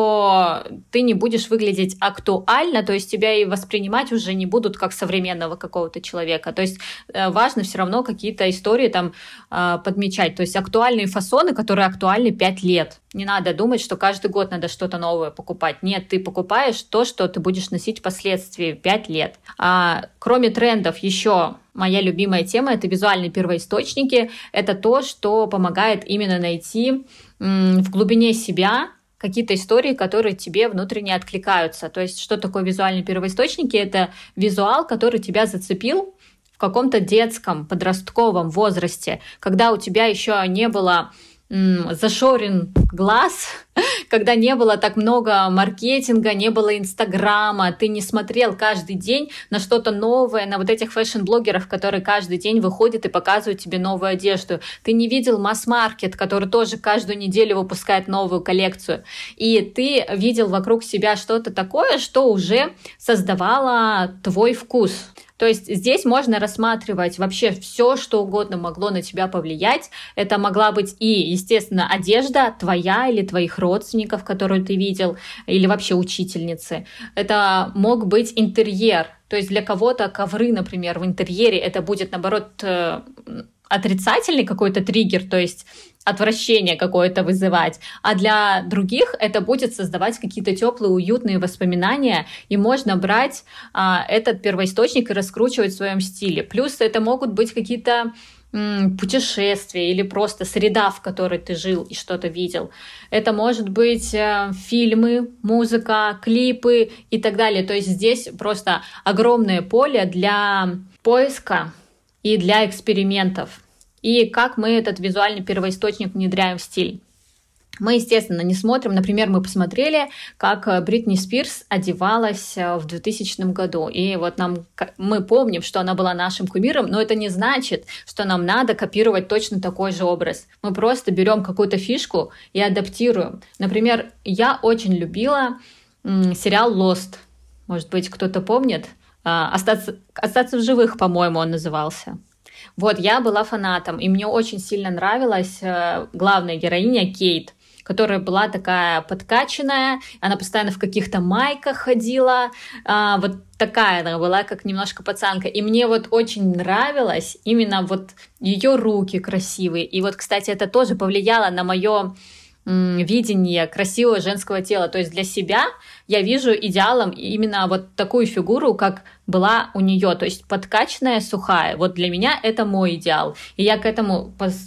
Speaker 3: то ты не будешь выглядеть актуально, то есть тебя и воспринимать уже не будут как современного какого-то человека. То есть важно все равно какие-то истории там подмечать. То есть актуальные фасоны, которые актуальны пять лет. Не надо думать, что каждый год надо что-то новое покупать. Нет, ты покупаешь то, что ты будешь носить впоследствии пять лет. А кроме трендов еще моя любимая тема — это визуальные первоисточники. Это то, что помогает именно найти м, в глубине себя какие-то истории, которые тебе внутренне откликаются. То есть что такое визуальные первоисточники? Это визуал, который тебя зацепил в каком-то детском, подростковом возрасте, когда у тебя еще не было зашорен глаз, когда не было так много маркетинга, не было Инстаграма, ты не смотрел каждый день на что-то новое, на вот этих фэшн-блогеров, которые каждый день выходят и показывают тебе новую одежду. Ты не видел масс-маркет, который тоже каждую неделю выпускает новую коллекцию. И ты видел вокруг себя что-то такое, что уже создавало твой вкус. То То есть здесь можно рассматривать вообще все, что угодно могло на тебя повлиять. Это могла быть и, естественно, одежда твоя или твоих родственников, которую ты видел, или вообще учительницы. Это мог быть интерьер. То есть для кого-то ковры, например, в интерьере, это будет, наоборот, отрицательный какой-то триггер, то есть отвращение какое-то вызывать, а для других это будет создавать какие-то теплые, уютные воспоминания, и можно брать а, этот первоисточник и раскручивать в своем стиле. Плюс это могут быть какие-то м, путешествия или просто среда, в которой ты жил и что-то видел. Это может быть э, фильмы, музыка, клипы и так далее. То есть здесь просто огромное поле для поиска и для экспериментов. И как мы этот визуальный первоисточник внедряем в стиль. Мы, естественно, не смотрим. Например, мы посмотрели, как Бритни Спирс одевалась в двухтысячном году. И вот нам, мы помним, что она была нашим кумиром, но это не значит, что нам надо копировать точно такой же образ. Мы просто берем какую-то фишку и адаптируем. Например, я очень любила м, сериал «Lost». Может быть, кто-то помнит? «Остаться, остаться в живых», по-моему, он назывался. Вот, я была фанатом, и мне очень сильно нравилась э, главная героиня Кейт, которая была такая подкачанная, она постоянно в каких-то майках ходила, э, вот такая она была, как немножко пацанка. И мне вот очень нравилось именно вот ее руки красивые. И вот, кстати, это тоже повлияло на мое видение красивого женского тела. То есть для себя я вижу идеалом именно вот такую фигуру, как была у нее, то есть подкачанная, сухая. Вот для меня это мой идеал. И я к этому,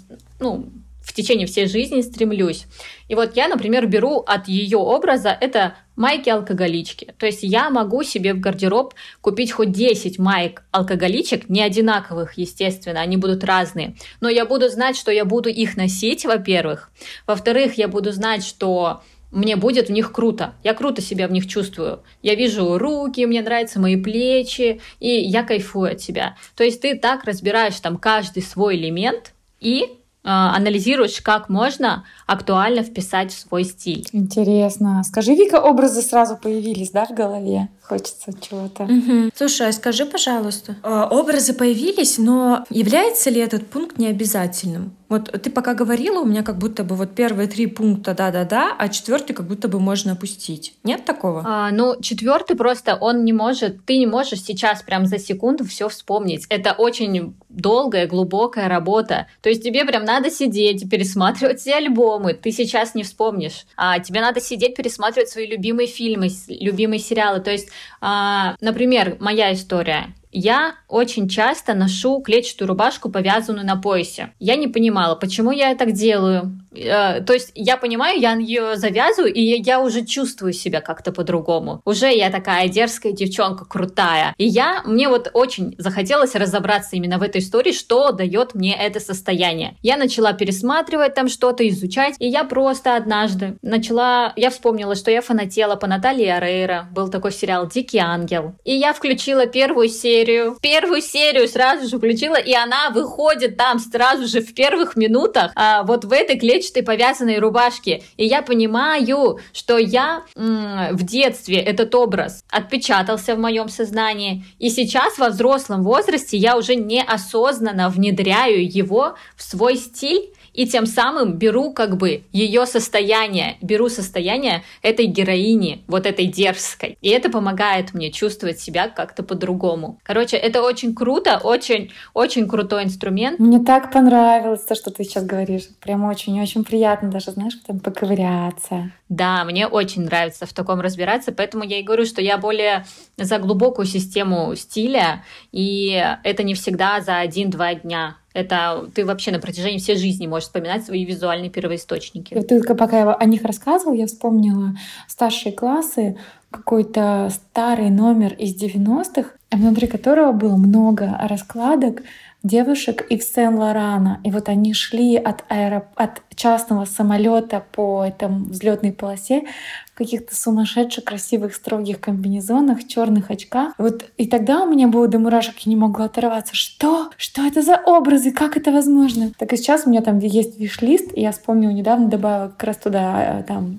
Speaker 3: ну, в течение всей жизни стремлюсь. И вот я, например, беру от ее образа это майки-алкоголички. То есть я могу себе в гардероб купить хоть десять майк-алкоголичек, не одинаковых, естественно, они будут разные. Но я буду знать, что я буду их носить, во-первых. Во-вторых, я буду знать, что мне будет в них круто. Я круто себя в них чувствую. Я вижу руки, мне нравятся мои плечи, и я кайфую от себя. То есть ты так разбираешь там каждый свой элемент и анализируешь, как можно актуально вписать в свой стиль.
Speaker 2: Интересно. Скажи, Вика, образы сразу появились, да, в голове? Хочется чего-то.
Speaker 1: Угу. Слушай, а скажи, пожалуйста, образы появились, но является ли этот пункт необязательным? Вот ты пока говорила, у меня как будто бы вот первые три пункта да-да-да, а четвертый как будто бы можно опустить. Нет такого?
Speaker 3: А, ну, четвертый просто он не может, ты не можешь сейчас прям за секунду все вспомнить. Это очень долгая, глубокая работа. То есть тебе прям надо сидеть, пересматривать все альбомы. Ты сейчас не вспомнишь. А тебе надо сидеть, пересматривать свои любимые фильмы, любимые сериалы. То есть, а, например, моя история. Я очень часто ношу клетчатую рубашку, повязанную на поясе. Я не понимала, почему я так делаю. Э, то есть я понимаю, я ее завязываю, и я уже чувствую себя как-то по-другому. Уже я такая дерзкая девчонка, крутая. И я, мне вот очень захотелось разобраться именно в этой истории, что дает мне это состояние. Я начала пересматривать там что-то, изучать, и я просто однажды начала... Я вспомнила, что я фанатела по Наталье Орейро. Был такой сериал «Дикий ангел». И я включила первую серию Первую серию сразу же включила, и она выходит там сразу же в первых минутах а, вот в этой клетчатой повязанной рубашке. И я понимаю, что я м- в детстве этот образ отпечатался в моем сознании, и сейчас во взрослом возрасте я уже неосознанно внедряю его в свой стиль, и тем самым беру как бы ее состояние, беру состояние этой героини, вот этой дерзкой. И это помогает мне чувствовать себя как-то по-другому. Короче, это очень круто, очень-очень крутой инструмент.
Speaker 2: Мне так понравилось то, что ты сейчас говоришь. Прям очень-очень приятно даже, знаешь, там поковыряться.
Speaker 3: Да, мне очень нравится в таком разбираться, поэтому я и говорю, что я более за глубокую систему стиля, и это не всегда за один-два дня. Это ты вообще на протяжении всей жизни можешь вспоминать свои визуальные первоисточники.
Speaker 2: И ты, пока я о них рассказывала, я вспомнила старшие классы, какой-то старый номер из девяностых, внутри которого было много раскладок девушек Ив Сен-Лорана. И вот они шли от, аэроп... от частного самолета по этому взлетной полосе в каких-то сумасшедших, красивых, строгих комбинезонах, черных очках. Вот и тогда у меня было до мурашек, я не могла оторваться. Что? Что это за образы? Как это возможно? Так и сейчас у меня там есть виш-лист, и я вспомнила, недавно добавила как раз туда там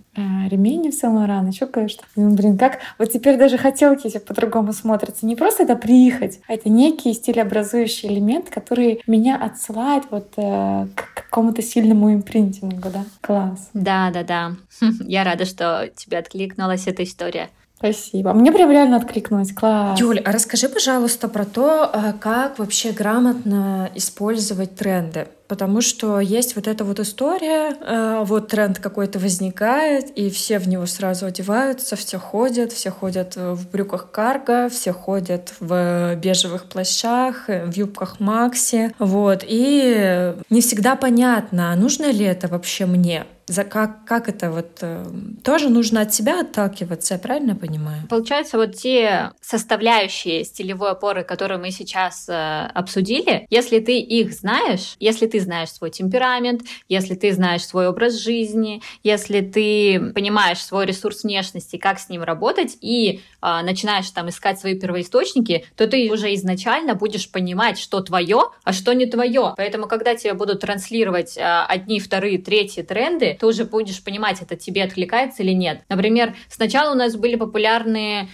Speaker 2: знаю, ремень в Сен-Лоран, еще кое-что. Ну, блин, как вот теперь даже хотелки эти по-другому смотрятся. Не просто это прихоть, а это некий стилеобразующий элемент, который меня отсылает вот э, к какому-то сильному импринтингу, да? Класс.
Speaker 3: Да, да, да. Я рада, что тебе откликнулась эта история.
Speaker 2: Спасибо. Мне прям реально откликнулось. Класс.
Speaker 1: Юль, а расскажи, пожалуйста, про то, как вообще грамотно использовать тренды. Потому что есть вот эта вот история, вот тренд какой-то возникает, и все в него сразу одеваются, все ходят, все ходят в брюках карго, все ходят в бежевых плащах, в юбках Макси, вот, и не всегда понятно, нужно ли это вообще мне. За как, как это вот э, тоже нужно от себя отталкиваться, я правильно понимаю?
Speaker 3: Получается, вот те составляющие стилевой опоры, которые мы сейчас э, обсудили, если ты их знаешь, если ты знаешь свой темперамент, если ты знаешь свой образ жизни, если ты понимаешь свой ресурс внешности, как с ним работать, и э, начинаешь там искать свои первоисточники, то ты уже изначально будешь понимать, что твое, а что не твое. Поэтому, когда тебе будут транслировать э, одни, вторые, третьи тренды, ты уже будешь понимать, это тебе откликается или нет. Например, сначала у нас были популярные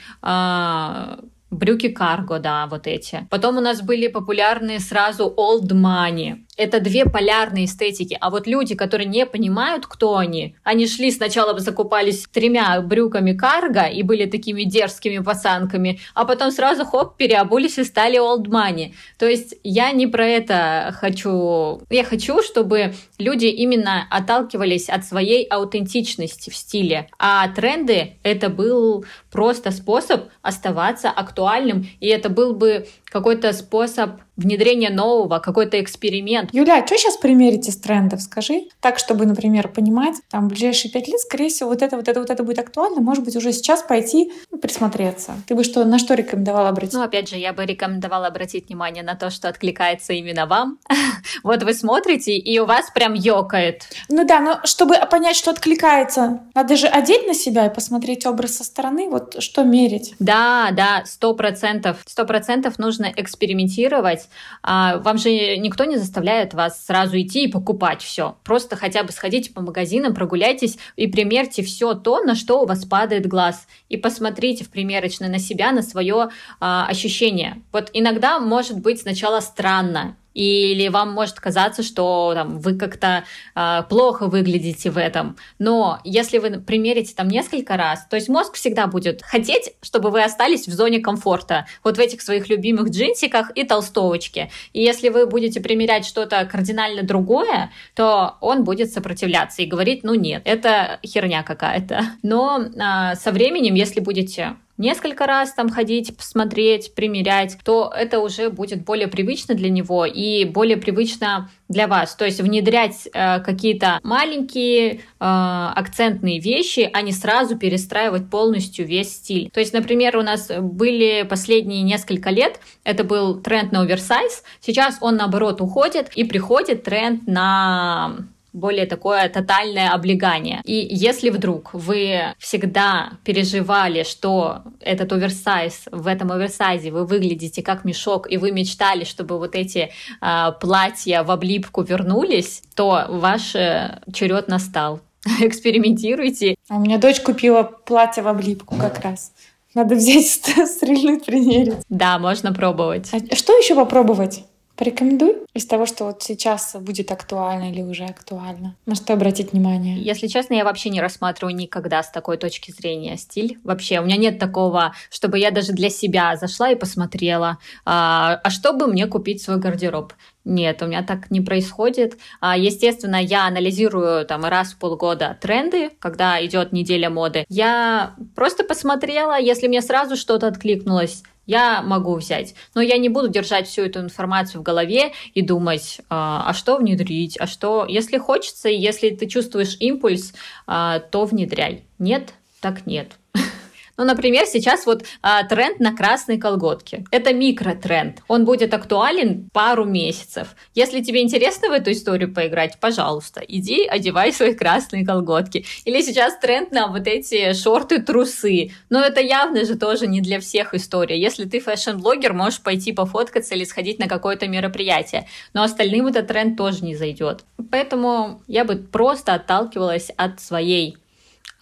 Speaker 3: э, брюки карго, да, вот эти. Потом у нас были популярные сразу old money. Это две полярные эстетики. А вот люди, которые не понимают, кто они, они шли сначала закупались тремя брюками карго и были такими дерзкими пацанками, а потом сразу хоп, переобулись и стали old money. То есть я не про это хочу. Я хочу, чтобы люди именно отталкивались от своей аутентичности в стиле. А тренды — это был просто способ оставаться актуальным, и это был бы какой-то способ внедрения нового, какой-то эксперимент.
Speaker 2: Юля, а что сейчас примерить из трендов, скажи? Так, чтобы, например, понимать, там, в ближайшие пять лет, скорее всего, вот это, вот это, вот это будет актуально, может быть, уже сейчас пойти присмотреться. Ты бы что, на что рекомендовала обратить?
Speaker 3: Ну, опять же, я бы рекомендовала обратить внимание на то, что откликается именно вам. Вот вы смотрите, и у вас прям ёкает.
Speaker 2: Ну да, но чтобы понять, что откликается, надо же одеть на себя и посмотреть образ со стороны, вот что мерить.
Speaker 3: Да, да, сто процентов. Сто процентов нужно экспериментировать. А, вам же никто не заставляет вас сразу идти и покупать все. Просто хотя бы сходите по магазинам, прогуляйтесь и примерьте все то, на что у вас падает глаз. И посмотрите в примерочной на себя, на свое а, ощущение. Вот иногда может быть сначала странно, или вам может казаться, что там, вы как-то э, плохо выглядите в этом. Но если вы примерите там несколько раз, то есть мозг всегда будет хотеть, чтобы вы остались в зоне комфорта, вот в этих своих любимых джинсиках и толстовочке. И если вы будете примерять что-то кардинально другое, то он будет сопротивляться и говорить, ну нет, это херня какая-то. Но э, со временем, если будете несколько раз там ходить, посмотреть, примерять, то это уже будет более привычно для него и более привычно для вас. То есть внедрять э, какие-то маленькие э, акцентные вещи, а не сразу перестраивать полностью весь стиль. То есть, например, у нас были последние несколько лет, это был тренд на оверсайз, сейчас он наоборот уходит и приходит тренд на более такое тотальное облегание. И если вдруг вы всегда переживали, что этот оверсайз, в этом оверсайзе вы выглядите как мешок, и вы мечтали, чтобы вот эти э, платья в облипку вернулись, то ваш э, черед настал. Экспериментируйте.
Speaker 2: А у меня дочь купила платье в облипку как раз. Надо взять, стрельнуть, примерить.
Speaker 3: Да, можно пробовать.
Speaker 2: А что еще попробовать? Порекомендуй из того, что вот сейчас будет актуально или уже актуально. На что обратить внимание?
Speaker 3: Если честно, я вообще не рассматриваю никогда с такой точки зрения стиль. Вообще, у меня нет такого, чтобы я даже для себя зашла и посмотрела, а, а что бы мне купить в свой гардероб. Нет, у меня так не происходит. Естественно, я анализирую там раз в полгода тренды, когда идет неделя моды. Я просто посмотрела, если мне сразу что-то откликнулось, я могу взять. Но я не буду держать всю эту информацию в голове и думать, а что внедрить, а что... Если хочется, если ты чувствуешь импульс, то внедряй. Нет, так нет. Ну, например, сейчас вот а, тренд на красные колготки. Это микротренд. Он будет актуален пару месяцев. Если тебе интересно в эту историю поиграть, пожалуйста, иди одевай свои красные колготки. Или сейчас тренд на вот эти шорты-трусы. Но это явно же тоже не для всех история. Если ты фэшн-блогер, можешь пойти пофоткаться или сходить на какое-то мероприятие. Но остальным этот тренд тоже не зайдет. Поэтому я бы просто отталкивалась от своей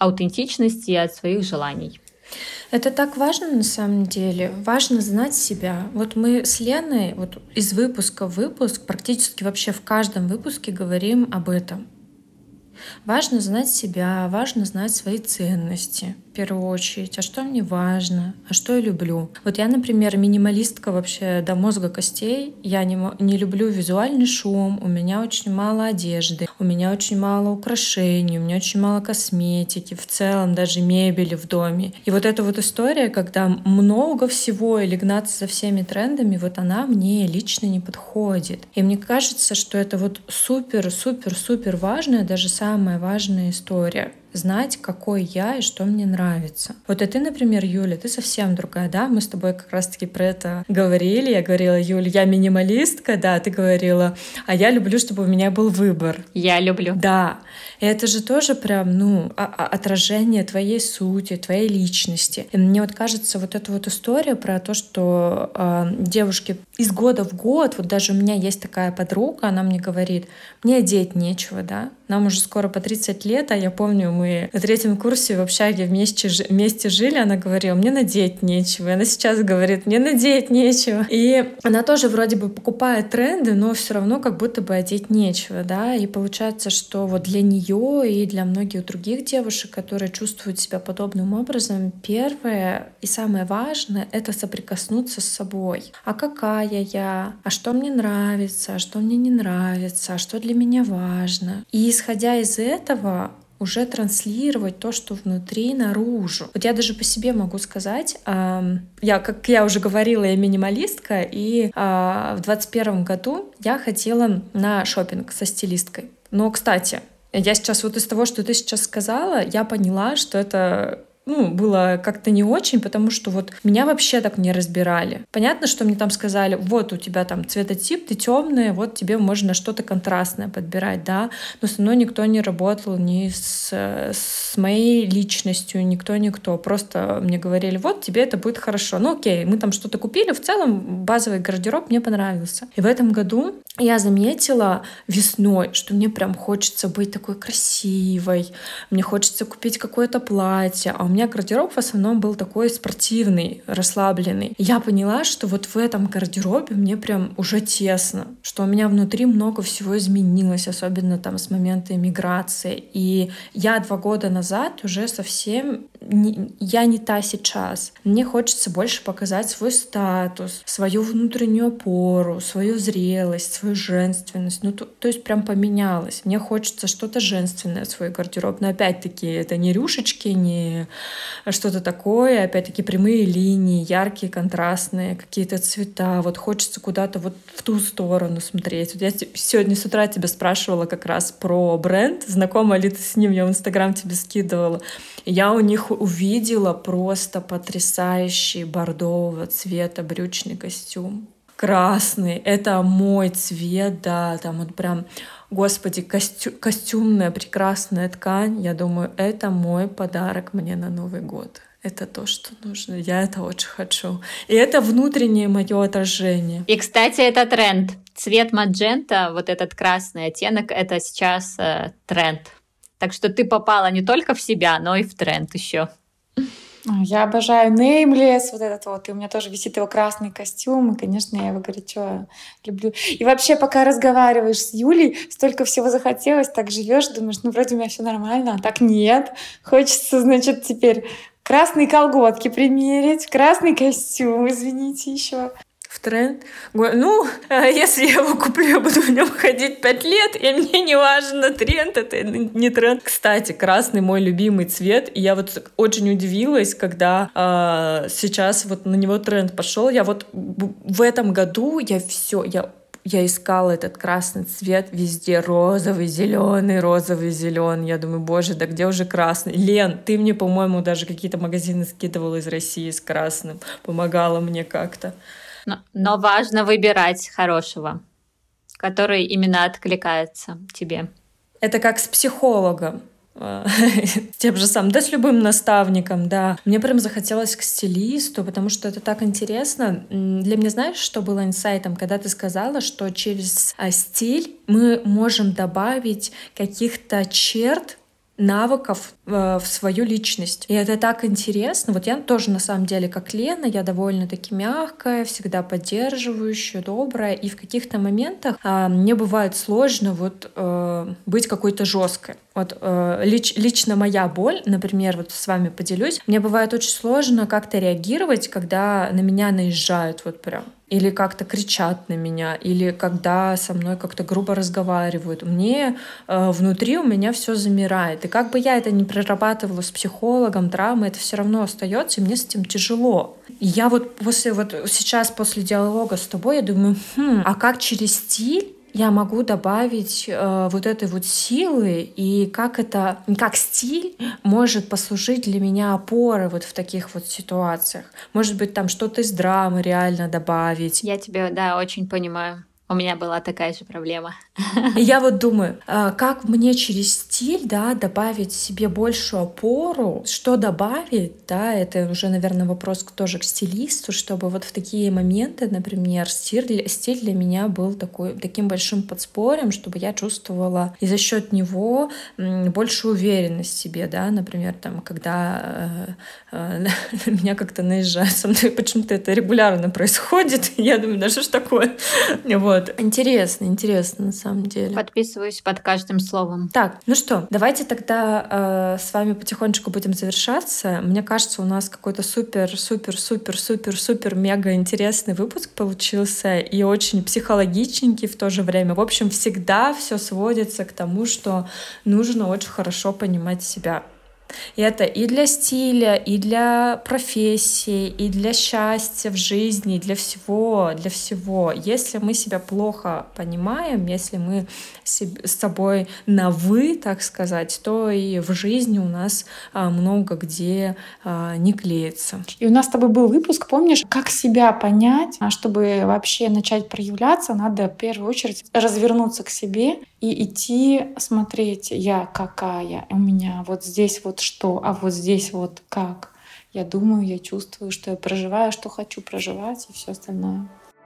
Speaker 3: аутентичности и от своих желаний.
Speaker 1: Это так важно на самом деле. Важно знать себя. Вот мы с Леной вот из выпуска в выпуск, практически вообще в каждом выпуске говорим об этом. Важно знать себя, важно знать свои ценности в первую очередь, а что мне важно, а что я люблю. Вот я, например, минималистка вообще до мозга костей. Я не, мо- не люблю визуальный шум, у меня очень мало одежды, у меня очень мало украшений, у меня очень мало косметики, в целом даже мебели в доме. И вот эта вот история, когда много всего или гнаться за всеми трендами, вот она мне лично не подходит. И мне кажется, что это вот супер-супер-супер важная, даже самая важная история. Знать, какой я и что мне нравится. Вот и ты, например, Юля, ты совсем другая, да? Мы с тобой как раз-таки про это говорили. Я говорила, Юля, я минималистка, да, ты говорила, а я люблю, чтобы у меня был выбор.
Speaker 3: Я люблю.
Speaker 1: Да, и это же тоже прям, ну, а- а- отражение твоей сути, твоей личности. И мне вот кажется, вот эта вот история про то, что э, девушки из года в год, вот даже у меня есть такая подруга, она мне говорит, мне одеть нечего, да, нам уже скоро по тридцать лет, а я помню, мы на третьем курсе в общаге вместе, жи- вместе жили, она говорила, мне надеть нечего, и она сейчас говорит, мне надеть нечего. И она тоже вроде бы покупает тренды, но все равно как будто бы одеть нечего, да, и получается, что вот для нее и для многих других девушек, которые чувствуют себя подобным образом, первое и самое важное — это соприкоснуться с собой. А какая я? А что мне нравится? А что мне не нравится? А что для меня важно? И исходя из этого уже транслировать то, что внутри, наружу. Вот я даже по себе могу сказать, эм, я, как я уже говорила, я минималистка, и э, в двадцать первом году я ходила на шопинг со стилисткой. Но, кстати, я сейчас вот из того, что ты сейчас сказала, я поняла, что это ну, было как-то не очень, потому что вот меня вообще так не разбирали. Понятно, что мне там сказали, вот у тебя там цветотип, ты темная, вот тебе можно что-то контрастное подбирать, да, но со мной никто не работал ни с, с моей личностью, никто-никто. Просто мне говорили, вот тебе это будет хорошо. Ну окей, мы там что-то купили, в целом базовый гардероб мне понравился. И в этом году я заметила весной, что мне прям хочется быть такой красивой, мне хочется купить какое-то платье, а у меня гардероб в основном был такой спортивный, расслабленный. И я поняла, что вот в этом гардеробе мне прям уже тесно, что у меня внутри много всего изменилось, особенно там с момента эмиграции. И я два года назад уже совсем не, я не та сейчас. Мне хочется больше показать свой статус, свою внутреннюю опору, свою зрелость, свою женственность. Ну, то, то есть прям поменялось. Мне хочется что-то женственное в свой гардероб. Но опять-таки это не рюшечки, не что-то такое. Опять-таки прямые линии, яркие, контрастные, какие-то цвета. Вот хочется куда-то вот в ту сторону смотреть. Вот я сегодня с утра тебя спрашивала как раз про бренд. Знакома ли ты с ним? Я в Инстаграм тебе скидывала. Я у них увидела просто потрясающий бордового цвета брючный костюм. Красный. Это мой цвет, да, там вот прям, господи, костю, костюмная прекрасная ткань. Я думаю, это мой подарок мне на Новый год. Это то, что нужно. Я это очень хочу. И это внутреннее мое отражение.
Speaker 3: И, кстати, это тренд. Цвет маджента, вот этот красный оттенок, это сейчас э, тренд. Так что ты попала не только в себя, но и в тренд еще.
Speaker 2: Я обожаю Nameless, вот этот вот. И у меня тоже висит его красный костюм. И, конечно, я его горячо люблю. И вообще, пока разговариваешь с Юлей, столько всего захотелось, так живешь, думаешь, ну, вроде у меня все нормально, а так нет. Хочется, значит, теперь красные колготки примерить, красный костюм, извините, еще.
Speaker 1: В тренд. Ну, если я его куплю, я буду в нем ходить пять лет, и мне не важно, тренд это не тренд. Кстати, красный мой любимый цвет, и я вот очень удивилась, когда э, сейчас вот на него тренд пошел. Я вот в этом году я все, я Я искала этот красный цвет везде, розовый, зеленый, розовый, зеленый. Я думаю, боже, да где уже красный? Лен, ты мне, по-моему, даже какие-то магазины скидывала из России с красным, помогала мне как-то.
Speaker 3: Но, но важно выбирать хорошего, который именно откликается тебе.
Speaker 1: Это как с психологом. С тем же самым, да, с любым наставником, да. Мне прям захотелось к стилисту, потому что это так интересно. Для меня, знаешь, что было инсайтом, когда ты сказала, что через стиль мы можем добавить каких-то черт, навыков в свою личность. И это так интересно. Вот я тоже на самом деле, как Лена, я довольно-таки мягкая, всегда поддерживающая, добрая. И в каких-то моментах а, мне бывает сложно вот э, быть какой-то жесткой. Вот э, лич, лично моя боль, например, вот с вами поделюсь, мне бывает очень сложно как-то реагировать, когда на меня наезжают вот прям. Или как-то кричат на меня, или когда со мной как-то грубо разговаривают. Мне э, внутри у меня все замирает. И как бы я это ни прорабатывала с психологом, травмой, это все равно остается, и мне с этим тяжело. И я вот после вот сейчас, после диалога с тобой, я думаю, хм, а как через стиль я могу добавить э, вот этой вот силы, и как это, как стиль может послужить для меня опорой вот в таких вот ситуациях. Может быть, там что-то из драмы реально добавить.
Speaker 3: Я тебя, да, очень понимаю. У меня была такая же проблема.
Speaker 1: И я вот думаю, как мне через стиль, да, добавить себе большую опору, что добавить, да, это уже, наверное, вопрос тоже к стилисту, чтобы вот в такие моменты, например, стиль, стиль для меня был такой, таким большим подспорьем, чтобы я чувствовала и за счет него большую уверенность в себе, да, например, там, когда э, э, на меня как-то наезжают, со мной почему-то это регулярно происходит, я думаю, да что ж такое, вот. Интересно, интересно на самом деле.
Speaker 3: Подписываюсь под каждым словом.
Speaker 1: Так, ну что, давайте тогда э, с вами потихонечку будем завершаться. Мне кажется, у нас какой-то супер, супер, супер, супер, супер, мега интересный выпуск получился и очень психологичненький в то же время. В общем, всегда все сводится к тому, что нужно очень хорошо понимать себя. И это и для стиля, и для профессии, и для счастья в жизни, и для всего, для всего. Если мы себя плохо понимаем, если мы с собой на «вы», так сказать, то и в жизни у нас много где не клеится.
Speaker 2: И у нас с тобой был выпуск, помнишь, как себя понять, чтобы вообще начать проявляться, надо в первую очередь развернуться к себе и идти смотреть, я какая, у меня вот здесь вот что, а вот здесь вот как. Я думаю, я чувствую, что я проживаю, что хочу проживать и все остальное.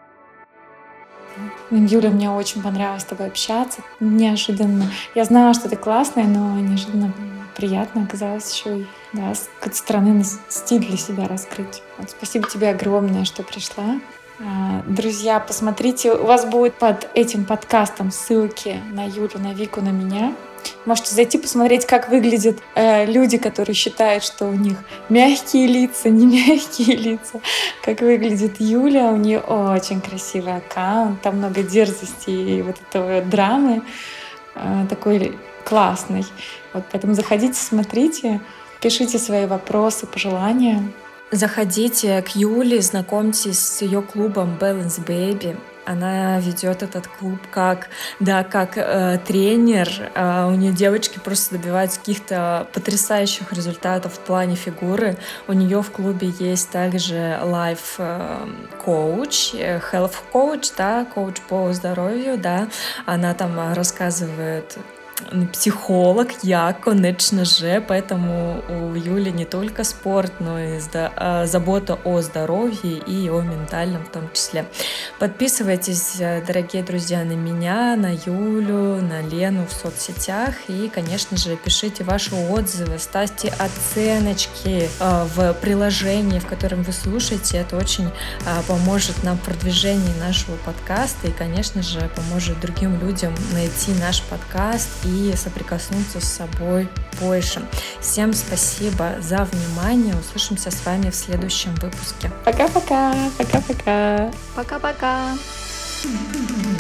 Speaker 2: Юля, мне очень понравилось с тобой общаться. Неожиданно. Я знала, что ты классная, но неожиданно приятно оказалось еще и да, с какой-то стороны стиль для себя раскрыть. Вот, спасибо тебе огромное, что пришла. Друзья, посмотрите, у вас будет под этим подкастом ссылки на Юлю, на Вику, на меня. Можете зайти посмотреть, как выглядят э, люди, которые считают, что у них мягкие лица, не мягкие лица. Как выглядит Юля, у нее очень красивый аккаунт, там много дерзости и вот этого драмы, э, такой классный. Вот поэтому заходите, смотрите, пишите свои вопросы, пожелания.
Speaker 1: Заходите к Юле, знакомьтесь с ее клубом Balance Baby. Она ведет этот клуб как, да, как э, тренер. Э, у нее девочки просто добиваются каких-то потрясающих результатов в плане фигуры. У нее в клубе есть также life coach, health coach, да, коуч по здоровью, да. Она там рассказывает. Психолог, я, конечно же, поэтому у Юли не только спорт, но и забота о здоровье и о ментальном в том числе. Подписывайтесь, дорогие друзья, на меня, на Юлю, на Лену в соцсетях и, конечно же, пишите ваши отзывы, ставьте оценочки в приложении, в котором вы слушаете. Это очень поможет нам в продвижении нашего подкаста и, конечно же, поможет другим людям найти наш подкаст и соприкоснуться с собой больше. Всем спасибо за внимание. Услышимся с вами в следующем выпуске.
Speaker 2: Пока-пока. Пока-пока.
Speaker 3: Пока-пока.